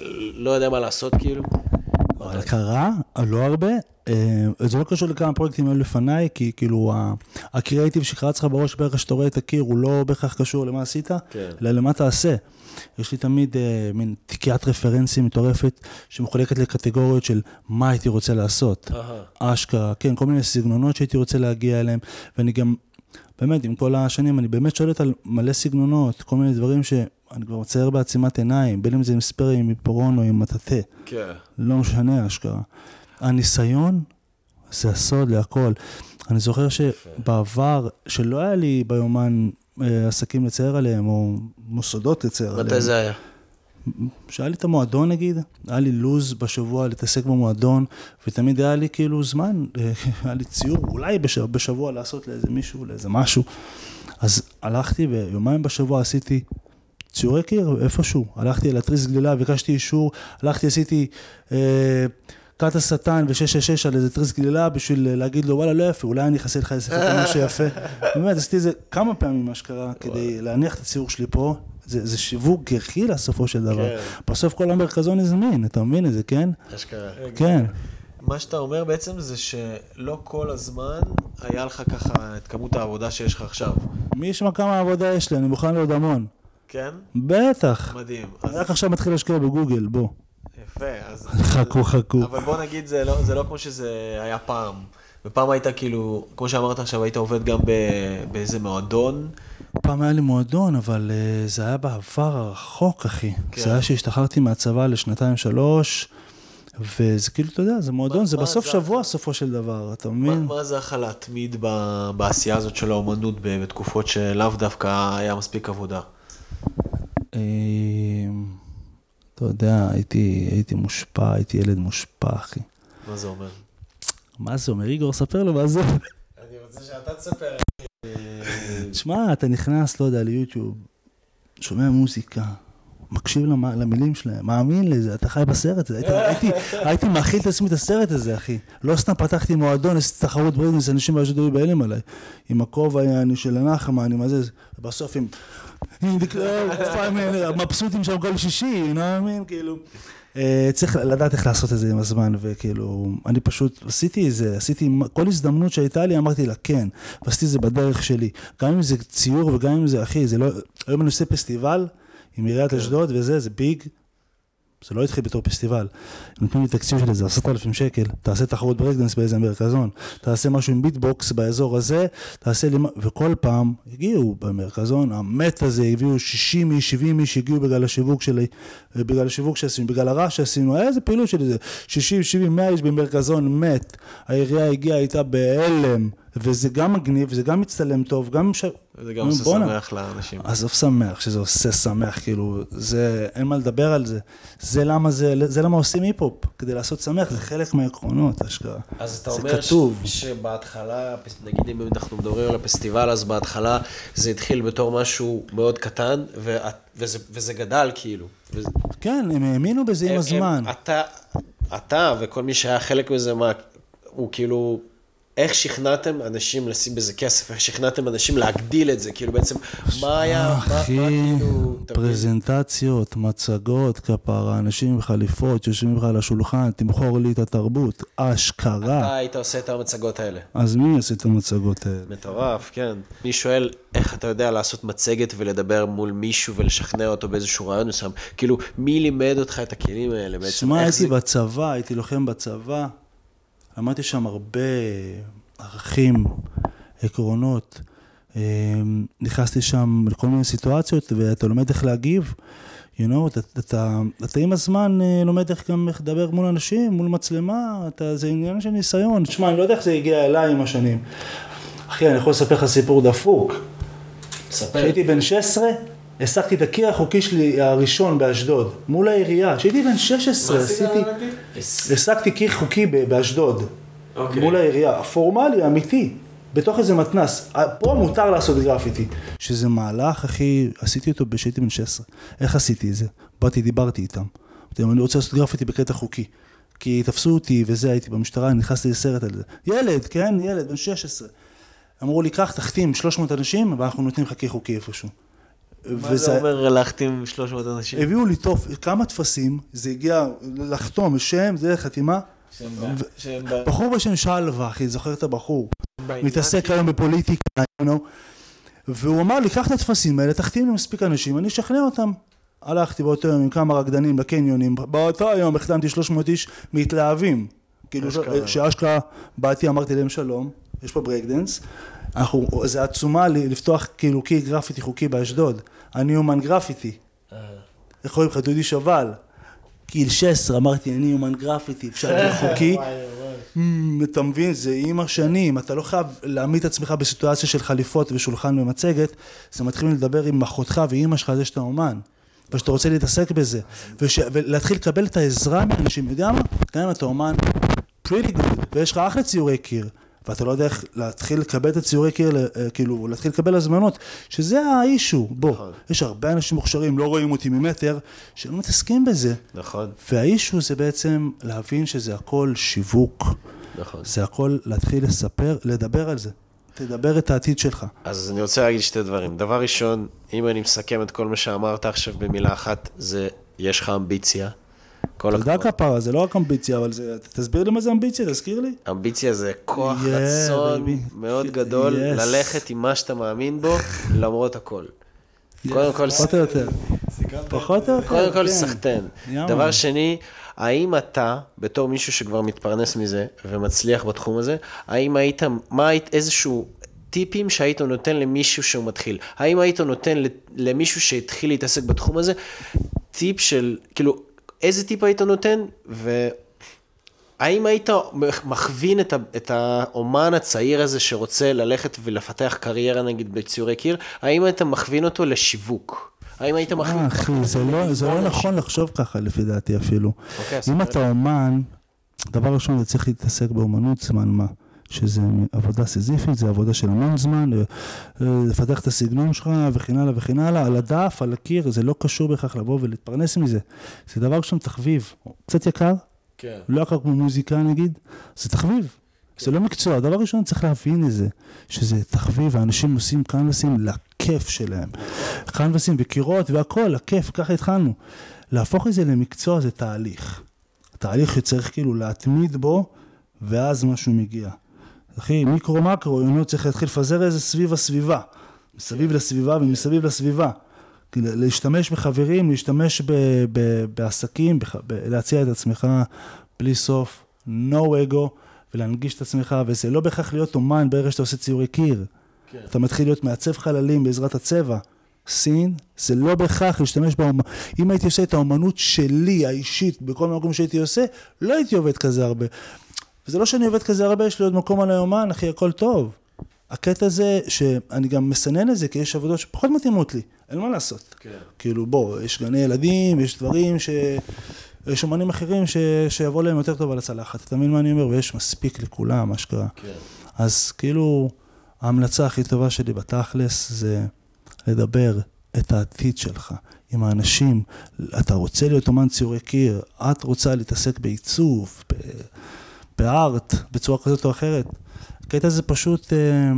לא יודע מה לעשות, כאילו. אבל קרה, לא הרבה, זה לא קשור לכמה פרויקטים היו לפניי, כי כאילו הקריאיטיב שקרץ לך בראש בערך שאתה רואה את הקיר, הוא לא בהכרח קשור למה עשית, אלא למה תעשה. יש לי תמיד מין תיקיית רפרנסים מטורפת, שמחולקת לקטגוריות של מה הייתי רוצה לעשות. אשכרה, כן, כל מיני סגנונות שהייתי רוצה להגיע אליהם, ואני גם, באמת, עם כל השנים, אני באמת שואלת על מלא סגנונות, כל מיני דברים שאני כבר מצייר בעצימת עיניים, בין אם זה עם ספרי, עם עיפרון או עם מטאטה. כן. לא משנה, אשכרה. הניסיון זה הסוד להכל. אני זוכר שבעבר, שלא היה לי ביומן עסקים לצייר עליהם, או מוסדות לצייר עליהם. מתי זה היה? שהיה לי את המועדון נגיד, היה לי לוז בשבוע להתעסק במועדון, ותמיד היה לי כאילו זמן, היה לי ציור, אולי בשבוע לעשות לאיזה מישהו, לאיזה משהו. אז הלכתי ויומיים בשבוע עשיתי ציורי קיר איפשהו, הלכתי לתריס גלילה, ביקשתי אישור, הלכתי עשיתי אה, קאט השטן ו-שש שש שש על איזה תריס גלילה, בשביל להגיד לו וואלה לא יפה, אולי אני אחסה לך איזה חתן משהו יפה. באמת עשיתי את זה כמה פעמים מה שקרה, כדי להניח את הציור שלי פה, זה, זה שיווק גרחיל לסופו של דבר. כן. בסוף כל המרכזון יזמין, אתה מבין את זה, כן? אשכרה. כן. מה שאתה אומר בעצם זה שלא כל הזמן היה לך ככה את כמות העבודה שיש לך עכשיו. מי ישמע כמה עבודה יש לי, אני מוכן לעוד המון. כן? בטח. מדהים. רק עכשיו מתחיל להשקיע בגוגל, בוא. יפה, אז... חכו, חכו. אבל בוא נגיד, זה לא, זה לא כמו שזה היה פעם. ופעם היית כאילו, כמו שאמרת עכשיו, היית עובד גם באיזה מועדון. פעם היה לי מועדון, אבל uh, זה היה בעבר הרחוק, אחי. כן. זה היה שהשתחררתי מהצבא לשנתיים שלוש, וזה כאילו, אתה יודע, זה מועדון, מה, זה מה בסוף זה שבוע, הח... סופו של דבר, אתה מבין? מה, מה זה יכול להתמיד ב... בעשייה הזאת של האומנות בתקופות שלאו דווקא היה מספיק עבודה? אתה יודע, הייתי, הייתי מושפע, הייתי ילד מושפע, אחי. מה זה אומר? מה זה אומר? איגור, ספר לו מה זה. אני רוצה שאתה תספר. תשמע, אתה נכנס, לא יודע, ליוטיוב, שומע מוזיקה, מקשיב למילים שלהם, מאמין לזה, אתה חי בסרט הזה. הייתי, הייתי מאכיל את עצמי את הסרט הזה, אחי. לא סתם פתחתי מועדון, עשיתי תחרות ברדנס, אנשים באשדוד היו בהלם עליי. עם הכובע של הנחמה, אני מה זה, ובסוף עם... מבסוטים שם כל שישי, you know what I mean, כאילו. צריך לדעת איך לעשות את זה עם הזמן, וכאילו, אני פשוט עשיתי את זה, עשיתי, כל הזדמנות שהייתה לי, אמרתי לה, כן, ועשיתי את זה בדרך שלי. גם אם זה ציור וגם אם זה, אחי, זה לא, היום אני עושה פסטיבל עם עיריית אשדוד וזה, זה ביג, זה לא התחיל בתור פסטיבל. נותנים לי תקציב של איזה עשרת אלפים שקל, תעשה תחרות ברקדנס באיזה מרכזון, תעשה משהו עם ביטבוקס באזור הזה, תעשה לי, וכל פעם הגיעו במרכזון, המת הזה, הביאו שישים איש, שבעים איש, הגיעו בגלל השיווק שלי, בגלל השיווק שעשינו, בגלל הרע שעשינו, היה איזה פעילות שלי, שישים, שבעים, מאה איש במרכזון, מת, העירייה הגיעה, הייתה בהלם, וזה גם מגניב, וזה גם מצטלם טוב, גם... זה גם עושה שמח לאנשים. עזוב שמח, שזה עושה שמח, כאילו, זה, אין מה לדבר על זה. זה למה זה, זה למה עושים היפ-הופ, כדי לעשות שמח, זה חלק מהעקרונות, אשכרה. אז אתה אומר כתוב. שבהתחלה, נגיד אם אנחנו מדברים על הפסטיבל, אז בהתחלה זה התחיל בתור משהו מאוד קטן, וזה, וזה גדל כאילו. וזה... כן, הם האמינו בזה עם הזמן. אתה, אתה וכל מי שהיה חלק מזה, מה, הוא כאילו... איך שכנעתם אנשים לשים בזה כסף? איך שכנעתם אנשים להגדיל את זה? כאילו בעצם, מה היה, אחי, פרזנטציות, מצגות, כפרה, אנשים עם חליפות, שיושבים לך על השולחן, תמכור לי את התרבות, אשכרה. אתה היית עושה את המצגות האלה. אז מי עושה את המצגות האלה? מטורף, כן. אני שואל, איך אתה יודע לעשות מצגת ולדבר מול מישהו ולשכנע אותו באיזשהו רעיון מסוים? כאילו, מי לימד אותך את הכלים האלה? שמע, הייתי בצבא, הייתי לוחם בצבא. למדתי שם הרבה ערכים, עקרונות, נכנסתי שם לכל מיני סיטואציות, ואתה לומד איך להגיב, you know, אתה, אתה, אתה עם הזמן לומד איך גם איך לדבר מול אנשים, מול מצלמה, אתה, זה עניין של ניסיון. תשמע, אני לא יודע איך זה הגיע אליי עם השנים. אחי, אני יכול לספר לך סיפור דפוק. ספר. כשהייתי בן שש עשרה, העסקתי את הקיר החוקי שלי הראשון באשדוד, מול העירייה. כשהייתי בן שש עשרה, עשיתי, העסקתי קיר חוקי באשדוד, מול העירייה, הפורמלי, האמיתי. בתוך איזה מתנס, פה מותר לעשות גרפיטי, שזה מהלך, אחי, עשיתי אותו בשייתי בן שש עשרה. איך עשיתי את זה? באתי, דיברתי איתם. אני רוצה לעשות גרפיטי בקטע חוקי, כי תפסו אותי וזה, הייתי במשטרה, נכנסתי לסרט על זה. ילד, כן, ילד, בן שש עשרה. אמרו לי, קח, תחתים שלוש מאות אנשים, ואנחנו נותנים חכי חוקי איפשהו. מה זה אומר להחתים שלוש מאות אנשים? הביאו לי טוב, כמה תפסים, זה הגיע לחתום, שם, זה חתימה. בחור בשם שלווה, אחי, זוכר את הבחור. מתעסק היום בפוליטיקה, והוא אמר לי, קח את התפסים האלה, תחתים לי מספיק אנשים, אני אשכנע אותם. הלכתי באותו יום עם כמה רקדנים לקניונים, באותו היום החתמתי שלוש מאות איש מתלהבים. כאילו שאשכרה באתי, אמרתי להם שלום, יש פה ברייקדנס, זה עצומה לפתוח כאילו קיר גרפיטי חוקי באשדוד, אני אומן גרפיטי. איך רואים לך, דודי שבל, גיל שש עשרה, אמרתי, אני אומן גרפיטי, אפשר להיות חוקי. אתה מבין, זה עם השנים, אתה לא חייב להעמיד את עצמך בסיטואציה של חליפות ושולחן ומצגת, זה מתחילים לדבר עם אחותך ואמא שלך, זה שאתה אומן, ושאתה רוצה להתעסק בזה, ולהתחיל לקבל את העזרה מאנשים, יודע מה? גם אם אתה אומן, pretty good, ויש לך אחלה ציורי קיר, ואתה לא יודע איך להתחיל לקבל את הציורי קיר, כאילו, להתחיל לקבל הזמנות, שזה האישו, בוא, יש הרבה אנשים מוכשרים, לא רואים אותי ממטר, שלא מתעסקים בזה. נכון. והאישו זה בעצם להבין שזה הכל שיווק. נכון. זה הכל להתחיל לספר, לדבר על זה. תדבר את העתיד שלך. אז אני רוצה להגיד שתי דברים. דבר ראשון, אם אני מסכם את כל מה שאמרת עכשיו במילה אחת, זה, יש לך אמביציה. תודה כפרה, זה לא רק אמביציה, אבל זה, תסביר לי מה זה אמביציה, תזכיר לי. אמביציה זה כוח רצון מאוד גדול, ללכת עם מה שאתה מאמין בו, למרות הכל. קודם כל, פחות או יותר. פחות או יותר. קודם כל, סחטן. דבר שני, האם אתה, בתור מישהו שכבר מתפרנס מזה, ומצליח בתחום הזה, האם היית, מה היית איזשהו טיפים שהיית נותן למישהו שהוא מתחיל? האם היית נותן למישהו שהתחיל להתעסק בתחום הזה, טיפ של, כאילו, איזה טיפ היית נותן, והאם היית מכווין את, את האומן הצעיר הזה שרוצה ללכת ולפתח קריירה נגיד בציורי קיר, האם היית מכווין אותו לשיווק? האם היית מכווין? אחי, זה לא, זה לא נכון לחשוב ככה לפי דעתי אפילו. אם אתה אומן, דבר ראשון אתה צריך להתעסק באומנות זמן מה, שזה עבודה סיזיפית, זה עבודה של המון זמן, לפתח את הסגנון שלך וכן הלאה וכן הלאה, על הדף, על הקיר, זה לא קשור בכך לבוא ולהתפרנס מזה. זה דבר ראשון תחביב, קצת יקר, כן. לא יקר כמו מוזיקה נגיד, זה תחביב, כן. זה לא מקצוע. דבר ראשון צריך להבין את זה, שזה תחביב, האנשים עושים קנבסים לכיף שלהם. קנבסים וקירות והכל, לכיף, ככה התחלנו. להפוך את זה למקצוע זה תהליך. תהליך שצריך כאילו להתמיד בו, ואז משהו מגיע. אחי, מיקרו-מקרו, אני צריך להתחיל לפזר איזה סביב הסביבה. מסביב לסביבה ומסביב לסביבה. להשתמש בחברים, להשתמש ב- ב- בעסקים, ב- ב- להציע את עצמך בלי סוף, no ego, ולהנגיש את עצמך, וזה לא בהכרח להיות אומן בערך שאתה עושה ציורי קיר. כן. אתה מתחיל להיות מעצב חללים בעזרת הצבע. סין, זה לא בהכרח להשתמש באומנות. אם הייתי עושה את האומנות שלי, האישית, בכל מקום שהייתי עושה, לא הייתי עובד כזה הרבה. וזה לא שאני עובד כזה הרבה, יש לי עוד מקום על היומן, אחי, הכל טוב. הקטע הזה, שאני גם מסנן את זה, כי יש עבודות שפחות מתאימות לי, אין מה לעשות. כן. כאילו, בוא, יש גני ילדים, יש דברים ש... יש אומנים אחרים ש... שיבוא להם יותר טוב על הצלחת. אתה מבין מה אני אומר? ויש מספיק לכולם, מה שקרה. כן. אז כאילו, ההמלצה הכי טובה שלי בתכלס, זה לדבר את העתיד שלך עם האנשים. אתה רוצה להיות אומן ציורי קיר, את רוצה להתעסק בעיצוב, ב... בארט, בצורה כזאת או אחרת. הקטע זה פשוט אה,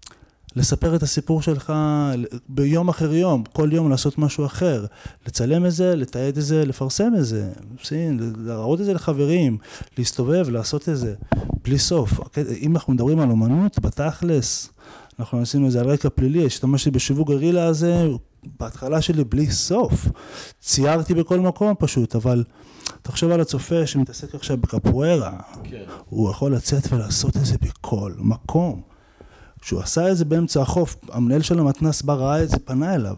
לספר את הסיפור שלך ביום אחר יום, כל יום לעשות משהו אחר, לצלם את זה, לתעד את זה, לפרסם את זה, להראות את זה לחברים, להסתובב, לעשות את זה, בלי סוף. אם אנחנו מדברים על אומנות, בתכלס, אנחנו עשינו את זה על רקע פלילי, השתמשתי בשיווק גרילה הזה, בהתחלה שלי בלי סוף. ציירתי בכל מקום פשוט, אבל תחשוב על הצופה שמתעסק עכשיו בקפוארה, כן. הוא יכול לצאת ולעשות את זה בכל מקום. כשהוא עשה את זה באמצע החוף, המנהל של המתנ"ס בא ראה את זה, פנה אליו.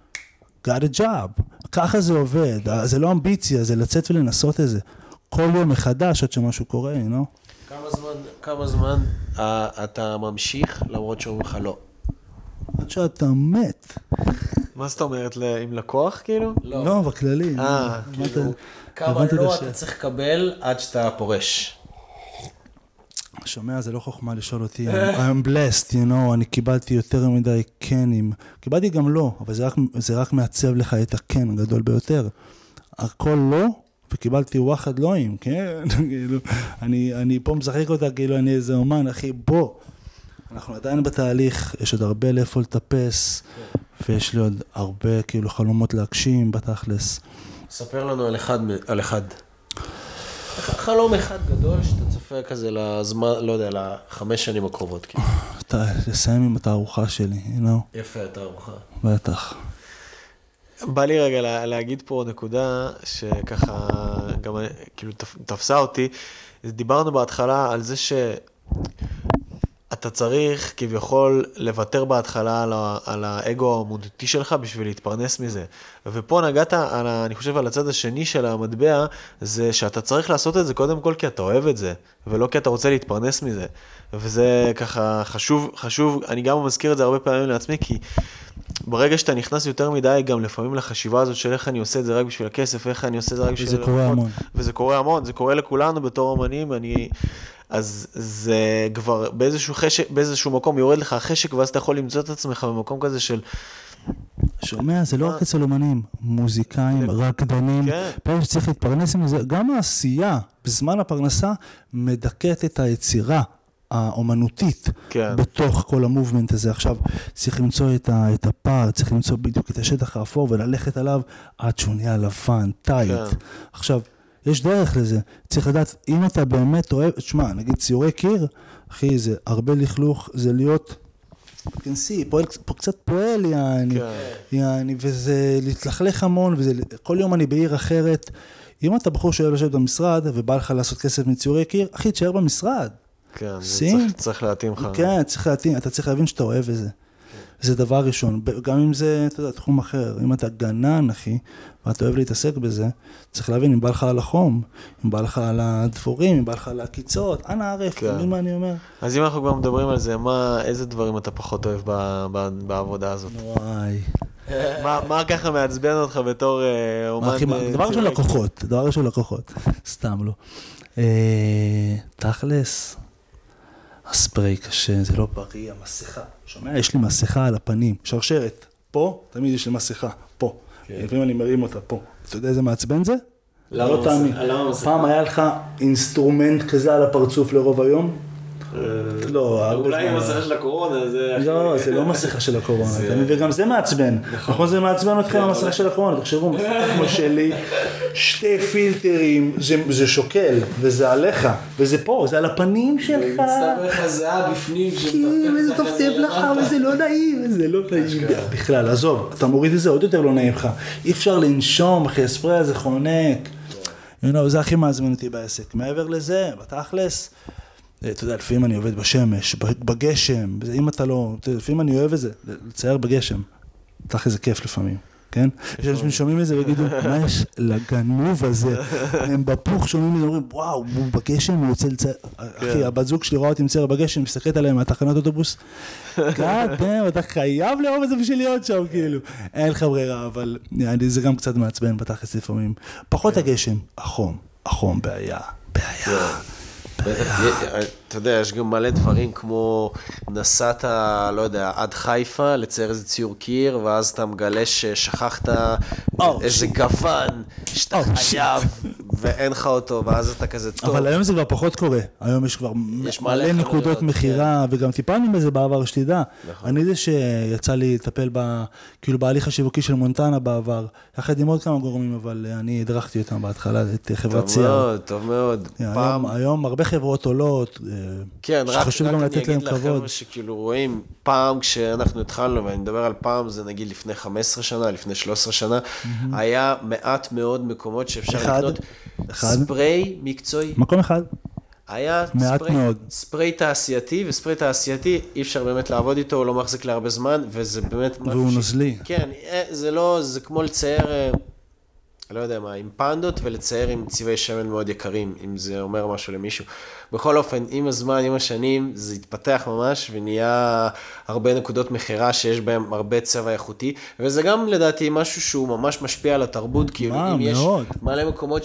got a job. ככה זה עובד, זה לא אמביציה, זה לצאת ולנסות את זה. כל יום מחדש עד שמשהו קורה, you know? כמה זמן, כמה זמן uh, אתה ממשיך למרות שאומרים לך לא? עד שאתה מת. מה זאת אומרת, עם לקוח כאילו? לא. לא, בכללי. אה, כאילו, כמה לא אתה צריך לקבל עד שאתה פורש? שומע, זה לא חוכמה לשאול אותי, I'm blessed, you know, אני קיבלתי יותר מדי קנים, קיבלתי גם לא, אבל זה רק, זה רק מעצב לך את הקן הגדול ביותר. הכל לא, וקיבלתי וואחד לואים, כן? כאילו, אני, אני פה משחק אותה, כאילו, אני איזה אומן, אחי, בוא. אנחנו עדיין בתהליך, יש עוד הרבה לאיפה לטפס, ויש לי עוד הרבה, כאילו, חלומות להגשים בתכלס. ספר לנו על אחד, על אחד. חלום אחד גדול שאתה צופה כזה לזמן, לא יודע, לחמש שנים הקרובות. לסיים עם התערוכה שלי, you know? יפה, התערוכה. בטח. בא לי רגע להגיד פה נקודה שככה גם כאילו תפסה אותי. דיברנו בהתחלה על זה שאתה צריך כביכול לוותר בהתחלה על, על האגו האמנותי שלך בשביל להתפרנס מזה. ופה נגעת, על, אני חושב על הצד השני של המטבע, זה שאתה צריך לעשות את זה קודם כל כי אתה אוהב את זה, ולא כי אתה רוצה להתפרנס מזה. וזה ככה חשוב, חשוב, אני גם מזכיר את זה הרבה פעמים לעצמי, כי ברגע שאתה נכנס יותר מדי גם לפעמים לחשיבה הזאת של איך אני עושה את זה רק בשביל הכסף, איך אני עושה את זה רק בשביל... וזה קורה המון. וזה קורה המון, זה קורה לכולנו בתור אמנים, אני... אז זה כבר באיזשהו חשק, באיזשהו מקום יורד לך החשק, ואז אתה יכול למצוא את עצמך במקום כזה של... שומע, זה לא רק אצל אומנים, מוזיקאים, רקדנים, פעם שצריך להתפרנס עם זה, גם העשייה בזמן הפרנסה מדכאת את היצירה האומנותית בתוך כל המובמנט הזה. עכשיו צריך למצוא את הפער, צריך למצוא בדיוק את השטח האפור וללכת עליו עד שהוא נהיה לבן, טייט. עכשיו, יש דרך לזה, צריך לדעת, אם אתה באמת אוהב, תשמע, נגיד ציורי קיר, אחי, זה הרבה לכלוך, זה להיות... כנסי, פועל, פה קצת פועל, יעני, יעני, וזה להתלכלך המון, וזה, כל יום אני בעיר אחרת. אם אתה בחור שאוהב לשבת במשרד, ובא לך לעשות כסף מציורי קיר, אחי, תשאר במשרד. כן, צריך, צריך להתאים לך. כן, צריך להתאים, אתה צריך להבין שאתה אוהב את זה. זה דבר ראשון, גם אם זה, אתה יודע, תחום אחר, אם אתה גנן, אחי, ואתה אוהב להתעסק בזה, צריך להבין אם בא לך על החום, אם בא לך על הדבורים, אם בא לך על הקיצות, אנא ערף, אתה מבין מה אני אומר? אז אם אנחנו כבר מדברים על זה, מה, איזה דברים אתה פחות אוהב ב, ב, בעבודה הזאת? וואי. מה, מה ככה מעצבן אותך בתור אומן? דבר ראשון לקוחות, דבר ראשון לקוחות, סתם לא. תכלס, הספרי קשה, זה לא בריא, המסכה. שומע, יש לי מסכה על הפנים, שרשרת. פה, תמיד יש לי מסכה, פה. לפעמים אני מרים אותה פה. אתה יודע איזה מעצבן זה? לא תאמין. פעם היה לך אינסטרומנט כזה על הפרצוף לרוב היום? לא, אולי עם מסכה של הקורונה, זה... לא, זה לא מסכה של הקורונה, וגם זה מעצבן. נכון, זה מעצבן אתכם המסכה של הקורונה, תחשבו, מסכה כמו שלי, שתי פילטרים, זה שוקל, וזה עליך, וזה פה, זה על הפנים שלך. מצטבר לך זהה בפנים, וזה טופטב לך, וזה לא נעים, זה לא נעים. בכלל, עזוב, אתה מוריד את זה עוד יותר לא נעים לך. אי אפשר לנשום, אחי, הספרי הזה חונק. זה הכי מעצבן אותי בעסק. מעבר לזה, בתכלס, אתה יודע, לפעמים אני עובד בשמש, בגשם, אם אתה לא, לפעמים אני אוהב את זה, לצייר בגשם, תח איזה כיף לפעמים, כן? יש אנשים שומעים את זה ויגידו, מה יש לגנוב הזה? הם בפוך שומעים את זה, אומרים, וואו, הוא בגשם, הוא רוצה לצייר, אחי, הבת זוג שלי רואה אותי מצייר בגשם, מסתכלת עליהם מהתחנת אוטובוס, גאדם, אתה חייב לאהוב את זה בשביל להיות שם, כאילו, אין לך ברירה, אבל זה גם קצת מעצבן בתכלס לפעמים. פחות הגשם, החום, החום, בעיה, בעיה. אתה יודע, יש גם מלא דברים כמו נסעת, לא יודע, עד חיפה, לצייר איזה ציור קיר, ואז אתה מגלה ששכחת איזה גוון, שאתה חייב, ואין לך אותו, ואז אתה כזה טוב. אבל היום זה כבר פחות קורה. היום יש כבר מלא נקודות מחירה, וגם טיפלנו בזה בעבר, שתדע. אני זה שיצא לי לטפל כאילו בהליך השיווקי של מונטנה בעבר, יחד עם עוד כמה גורמים, אבל אני הדרכתי אותם בהתחלה, את חברת צייר. טוב מאוד, טוב מאוד. היום הרבה חברות עולות, כן, רק אני אגיד לכם שכאילו רואים, פעם כשאנחנו התחלנו, ואני מדבר על פעם, זה נגיד לפני חמש עשרה שנה, לפני שלוש עשרה שנה, היה מעט מאוד מקומות שאפשר לקנות ספרי מקצועי. מקום אחד. היה ספרי תעשייתי, וספרי תעשייתי אי אפשר באמת לעבוד איתו, הוא לא מחזיק להרבה זמן, וזה באמת... והוא נוזלי. כן, זה לא, זה כמו לצייר... לא יודע מה, עם פנדות ולצייר עם צבעי שמן מאוד יקרים, אם זה אומר משהו למישהו. בכל אופן, עם הזמן, עם השנים, זה התפתח ממש ונהיה הרבה נקודות מחירה שיש בהם הרבה צבע איכותי, וזה גם לדעתי משהו שהוא ממש משפיע על התרבות, כאילו מה, אם יש מאוד. מלא מקומות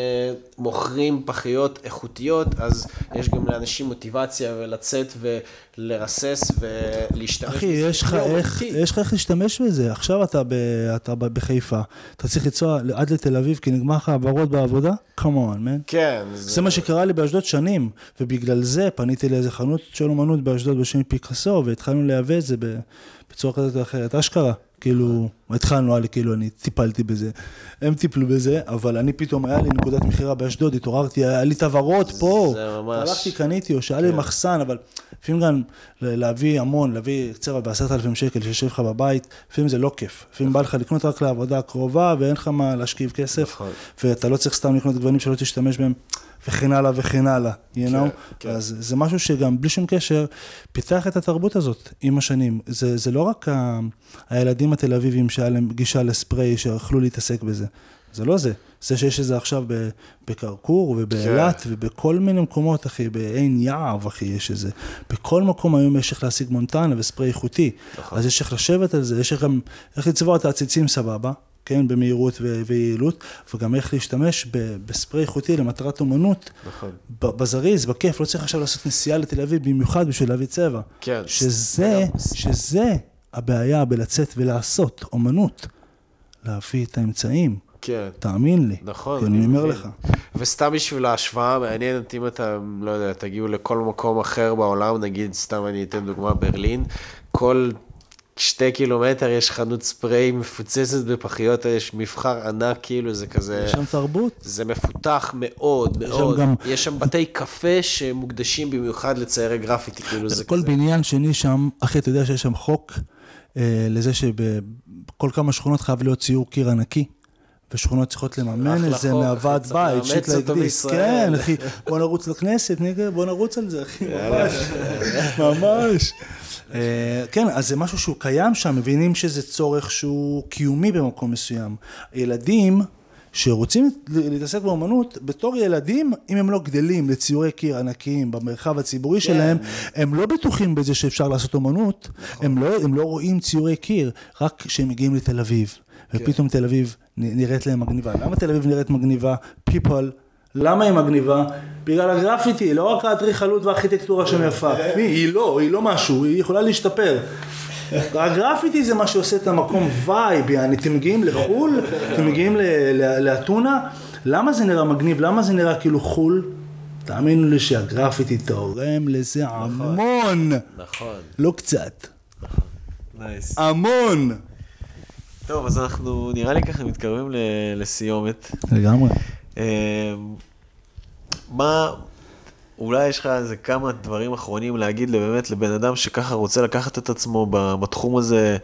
שמוכרים פחיות איכותיות, אז יש גם לאנשים מוטיבציה ולצאת ולרסס ולהשתמש. אחי, יש לך איך, יש לך איך להשתמש בזה. עכשיו אתה, ב, אתה בחיפה, אתה צריך לנסוע עד לתל אביב, כי נגמר לך עברות בעבודה? come on, man. כן. זה... זה מה שקרה לי באשדוד שנים, ובגלל זה פניתי לאיזה חנות של אומנות באשדוד בשם פיקאסו, והתחלנו להביא את זה בצורה כזאת או אחרת. אשכרה, כאילו, התחלנו, עלי, כאילו, אני טיפלתי בזה. הם טיפלו בזה, אבל אני פתאום, היה לי נקודת מחירה באשדוד, התעוררתי, היה לי תעברות פה. זה ממש... הלכתי, קניתי, או שהיה לי מחסן, אבל לפעמים גם להביא המון, להביא צבע בעשרת אלפים שקל שיושב לך בבית, לפעמים זה לא כיף. לפעמים בא לך לקנות רק לעבודה הקרובה, ואין לך מה להשכיב כסף, ואתה לא צריך סתם לקנות גוונים שלא תשתמש בהם, וכן הלאה וכן הלאה, you know? אז זה משהו שגם בלי שום קשר, פיתח את התרבות הזאת עם השנים. זה, זה לא רק ה... הילדים התל אביבים שהיה להם גישה לספרי, שיכלו להתעסק בזה. זה לא זה. זה שיש את זה עכשיו בקרקור ובאילת ובכל מיני מקומות, אחי, בעין יעב, אחי, יש את זה. בכל מקום היום יש איך להשיג מונטנה וספרי איכותי. אז יש איך לשבת על זה, יש איך גם, איך לצבוע את העציצים סבבה, כן, במהירות ויעילות, וגם איך להשתמש בספרי איכותי למטרת אומנות, בזריז, בכיף, לא צריך עכשיו לעשות נסיעה לתל אביב, במיוחד בשביל להביא צבע. כן. שזה, שזה הבעיה בלצאת ולעשות אומנות, להביא את האמצעים. כן. תאמין לי. נכון. אני אומר לך. וסתם בשביל ההשוואה, מעניינת אם אתה, לא יודע, תגיעו לכל מקום אחר בעולם, נגיד, סתם אני אתן דוגמה, ברלין, כל שתי קילומטר יש חנות ספרי מפוצצת בפחיות, יש מבחר ענק, כאילו זה כזה... יש שם תרבות. זה מפותח מאוד, מאוד. גם... יש שם בתי קפה שמוקדשים במיוחד לציירי גרפיטי, כאילו זה כל כזה. בניין שני שם, אחי, אתה יודע שיש שם חוק אה, לזה שבכל כמה שכונות חייב להיות ציור קיר ענקי, ושכונות צריכות לממן את זה מהוועד בית, שיט להקדיס. כן, אחי, בוא נרוץ לכנסת, ניגה, בוא נרוץ על זה, אחי, ממש. ממש. כן, אז זה משהו שהוא קיים שם, מבינים שזה צורך שהוא קיומי במקום מסוים. ילדים שרוצים להתעסק באמנות, בתור ילדים, אם הם לא גדלים לציורי קיר ענקיים במרחב הציבורי שלהם, הם לא בטוחים בזה שאפשר לעשות אמנות, הם לא, הם לא רואים ציורי קיר, רק כשהם מגיעים לתל אביב, ופתאום תל אביב נראית להם מגניבה. למה תל אביב נראית מגניבה? people, למה היא מגניבה? בגלל הגרפיטי, לא רק האדריכלות והארכיטקטורה שם יפה. היא לא, היא לא משהו, היא יכולה להשתפר. הגרפיטי זה מה שעושה את המקום וייב, יעני, אתם מגיעים לחול, אתם מגיעים לאתונה, למה זה נראה מגניב? למה זה נראה כאילו חול? תאמינו לי שהגרפיטי תורם לזה המון. נכון. לא קצת. נייס. המון. טוב, אז אנחנו נראה לי ככה מתקרבים לסיומת. לגמרי. מה, אולי יש לך איזה כמה דברים אחרונים להגיד באמת לבן אדם שככה רוצה לקחת את עצמו בתחום הזה,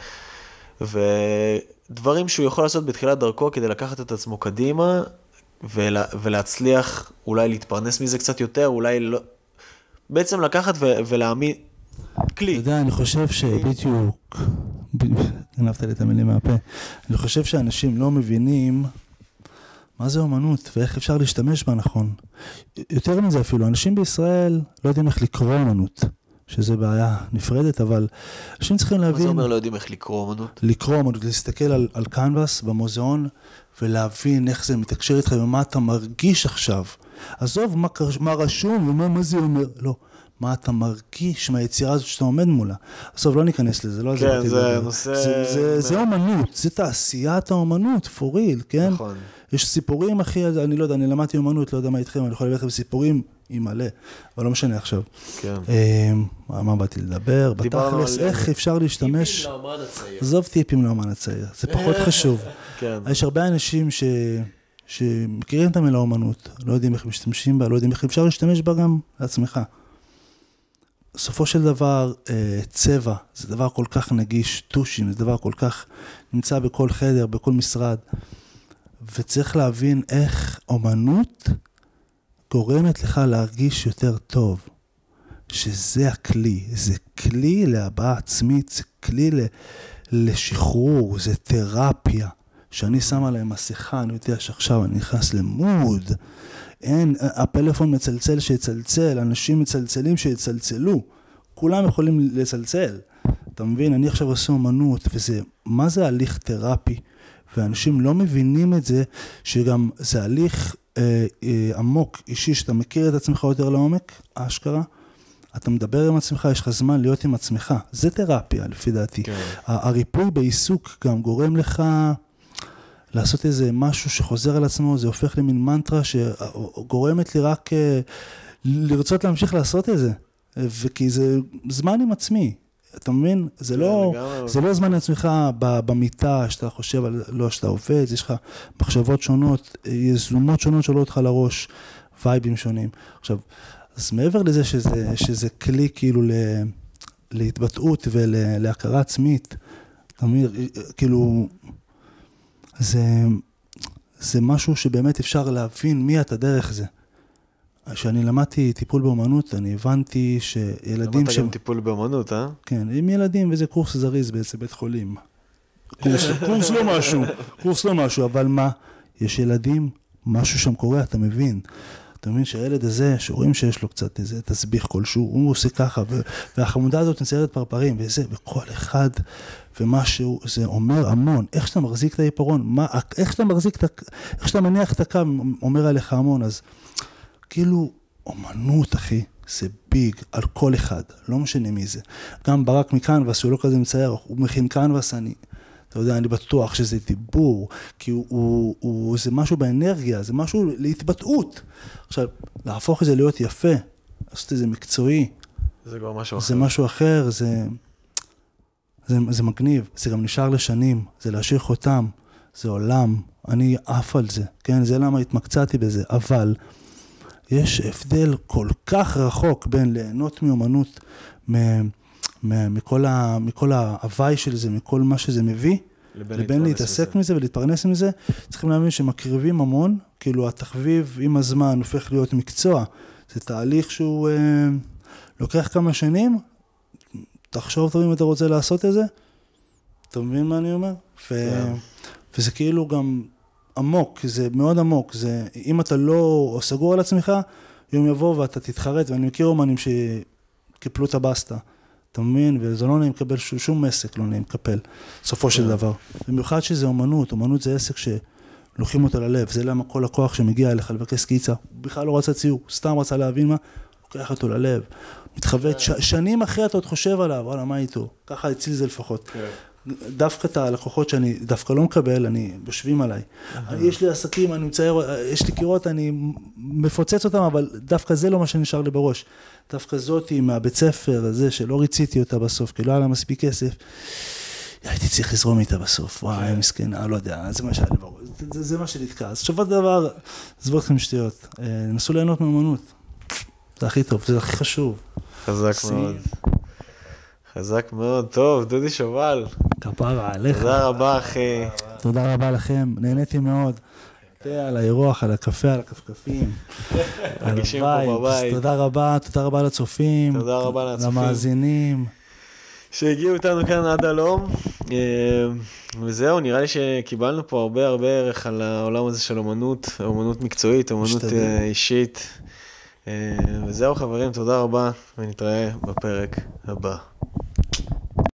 ודברים שהוא יכול לעשות בתחילת דרכו כדי לקחת את עצמו קדימה, ולה, ולהצליח אולי להתפרנס מזה קצת יותר, אולי לא, בעצם לקחת ו, ולהאמין, כלי. אתה יודע, אני חושב שבדיוק, גנבת לי את המילים מהפה, אני חושב שאנשים לא מבינים מה זה אומנות ואיך אפשר להשתמש בה נכון. יותר מזה אפילו, אנשים בישראל לא יודעים איך לקרוא אומנות, שזה בעיה נפרדת, אבל אנשים צריכים להבין... מה זה אומר לא יודעים איך לקרוא אומנות? לקרוא אומנות, להסתכל על, על קנבס במוזיאון, ולהבין איך זה מתקשר איתך ומה אתה מרגיש עכשיו. עזוב מה, מה רשום ומה מה זה אומר, לא. מה אתה מרגיש מהיצירה הזאת שאתה עומד מולה. עזוב, לא ניכנס לזה, לא... כן, זה נושא... זה, זה, זה אומנות, זה תעשיית האומנות, for real, כן? נכון. יש סיפורים, אחי, אני לא יודע, אני למדתי אומנות, לא יודע מה איתכם, אני יכול להביא לכם סיפורים עם מלא, אבל לא משנה עכשיו. כן. מה באתי לדבר? בתכלס, איך אפשר להשתמש... טיפים לאמן הצעיר. עזוב טיפים לאמן הצעיר, זה פחות חשוב. כן. יש הרבה אנשים ש... שמכירים את המילה אומנות, לא יודעים איך משתמשים בה, לא יודעים איך אפשר להשתמש בה גם לעצמך. בסופו של דבר, צבע, זה דבר כל כך נגיש, טושים, זה דבר כל כך נמצא בכל חדר, בכל משרד, וצריך להבין איך אומנות גורמת לך להרגיש יותר טוב, שזה הכלי, זה כלי להבעה עצמית, זה כלי לשחרור, זה תרפיה, שאני שם עליהם מסכה, אני יודע שעכשיו אני נכנס למוד, אין, הפלאפון מצלצל שיצלצל, אנשים מצלצלים שיצלצלו, כולם יכולים לצלצל, אתה מבין? אני עכשיו עושה אומנות, וזה, מה זה הליך תרפי? ואנשים לא מבינים את זה, שגם זה הליך אה, אה, עמוק, אישי, שאתה מכיר את עצמך יותר לעומק, אשכרה, אתה מדבר עם עצמך, יש לך זמן להיות עם עצמך, זה תרפיה לפי דעתי. כן. הריפוי בעיסוק גם גורם לך לעשות איזה משהו שחוזר על עצמו, זה הופך למין מנטרה שגורמת לי רק לרצות להמשיך לעשות את זה, וכי זה זמן עם עצמי, אתה מבין? זה לא, זה לא זמן לעצמך במיטה, שאתה חושב על, לא, שאתה עובד, יש לך מחשבות שונות, יזומות שונות שעולות לך לראש, וייבים שונים. עכשיו, אז מעבר לזה שזה, שזה כלי כאילו ל, להתבטאות ולהכרה עצמית, אתה מבין, כאילו, זה, זה משהו שבאמת אפשר להבין מי אתה דרך זה. כשאני למדתי טיפול באמנות, אני הבנתי שילדים... למדת גם טיפול באמנות, אה? כן, עם ילדים, וזה קורס זריז בעצם בית חולים. קורס, קורס לא משהו, קורס לא משהו, אבל מה? יש ילדים, משהו שם קורה, אתה מבין. אתה מבין שהילד הזה, שרואים שיש לו קצת איזה תסביך כלשהו, הוא עושה ככה, והחמודה הזאת נציירת פרפרים, וזה, וכל אחד, ומשהו, זה אומר המון. איך שאתה מחזיק את העיפרון, מה, איך שאתה מחזיק את, איך שאתה מניח את הקו, אומר עליך המון, אז כאילו, אומנות, אחי, זה ביג על כל אחד, לא משנה מי זה. גם ברק מקנבס, הוא לא כזה מצייר, הוא מכין קנבס, אני, אתה יודע, אני בטוח שזה דיבור, כי הוא, הוא, הוא, זה משהו באנרגיה, זה משהו להתבטאות. עכשיו, להפוך את זה להיות יפה, לעשות את זה מקצועי. זה כבר משהו אחר. זה משהו אחר, זה, זה, זה מגניב, זה גם נשאר לשנים, זה להשאיר חותם, זה עולם, אני עף על זה, כן? זה למה התמקצעתי בזה, אבל יש הבדל כל כך רחוק בין ליהנות מאומנות, מ- מ- מכל, ה- מכל ההוואי של זה, מכל מה שזה מביא, לבין, לבין להתעסק מזה ולהתפרנס מזה. צריכים להבין שמקריבים המון, כאילו התחביב עם הזמן הופך להיות מקצוע. זה תהליך שהוא אה, לוקח כמה שנים, תחשוב טוב אם אתה רוצה לעשות את זה, אתה מבין מה אני אומר? ו- וזה כאילו גם עמוק, זה מאוד עמוק, זה, אם אתה לא סגור על עצמך, יום יבוא ואתה תתחרט, ואני מכיר אומנים שקיפלו את הבסטה, אתה מבין? וזה לא נעים לקבל שום, שום עסק, לא נעים לקפל, סופו של דבר. במיוחד שזה אומנות, אומנות זה עסק שלוקחים אותו ללב, זה למה כל הכוח שמגיע אליך לבקש קיצה, הוא בכלל לא רצה ציור, סתם רצה להבין מה, לוקח אותו ללב, מתחוות, ש, שנים אחרי אתה עוד חושב עליו, וואלה, מה איתו? ככה אצלי זה לפחות. דווקא את הלקוחות שאני דווקא לא מקבל, אני יושבים עליי. יש לי עסקים, אני מצייר, יש לי קירות, אני מפוצץ אותם, אבל דווקא זה לא מה שנשאר לי בראש. דווקא זאתי מהבית ספר הזה, שלא ריציתי אותה בסוף, כי לא היה לה מספיק כסף, הייתי צריך לזרום איתה בסוף. וואי, מסכן, לא יודע, זה מה שהיה לי בראש. זה מה שנתקע. אז שוב דבר, עזבו אתכם שטויות. נסו ליהנות מאמנות. זה הכי טוב, זה הכי חשוב. חזק מאוד. חזק מאוד, טוב, דודי שובל. כפרה עליך. תודה רבה, אחי. תודה רבה לכם, נהניתי מאוד. על האירוח, על הקפה, על הכפכפים. מרגישים פה בבית. תודה רבה, תודה רבה לצופים. תודה רבה לצופים. למאזינים. שהגיעו איתנו כאן עד הלום. וזהו, נראה לי שקיבלנו פה הרבה הרבה ערך על העולם הזה של אומנות, אומנות מקצועית, אומנות אישית. וזהו חברים, תודה רבה, ונתראה בפרק הבא.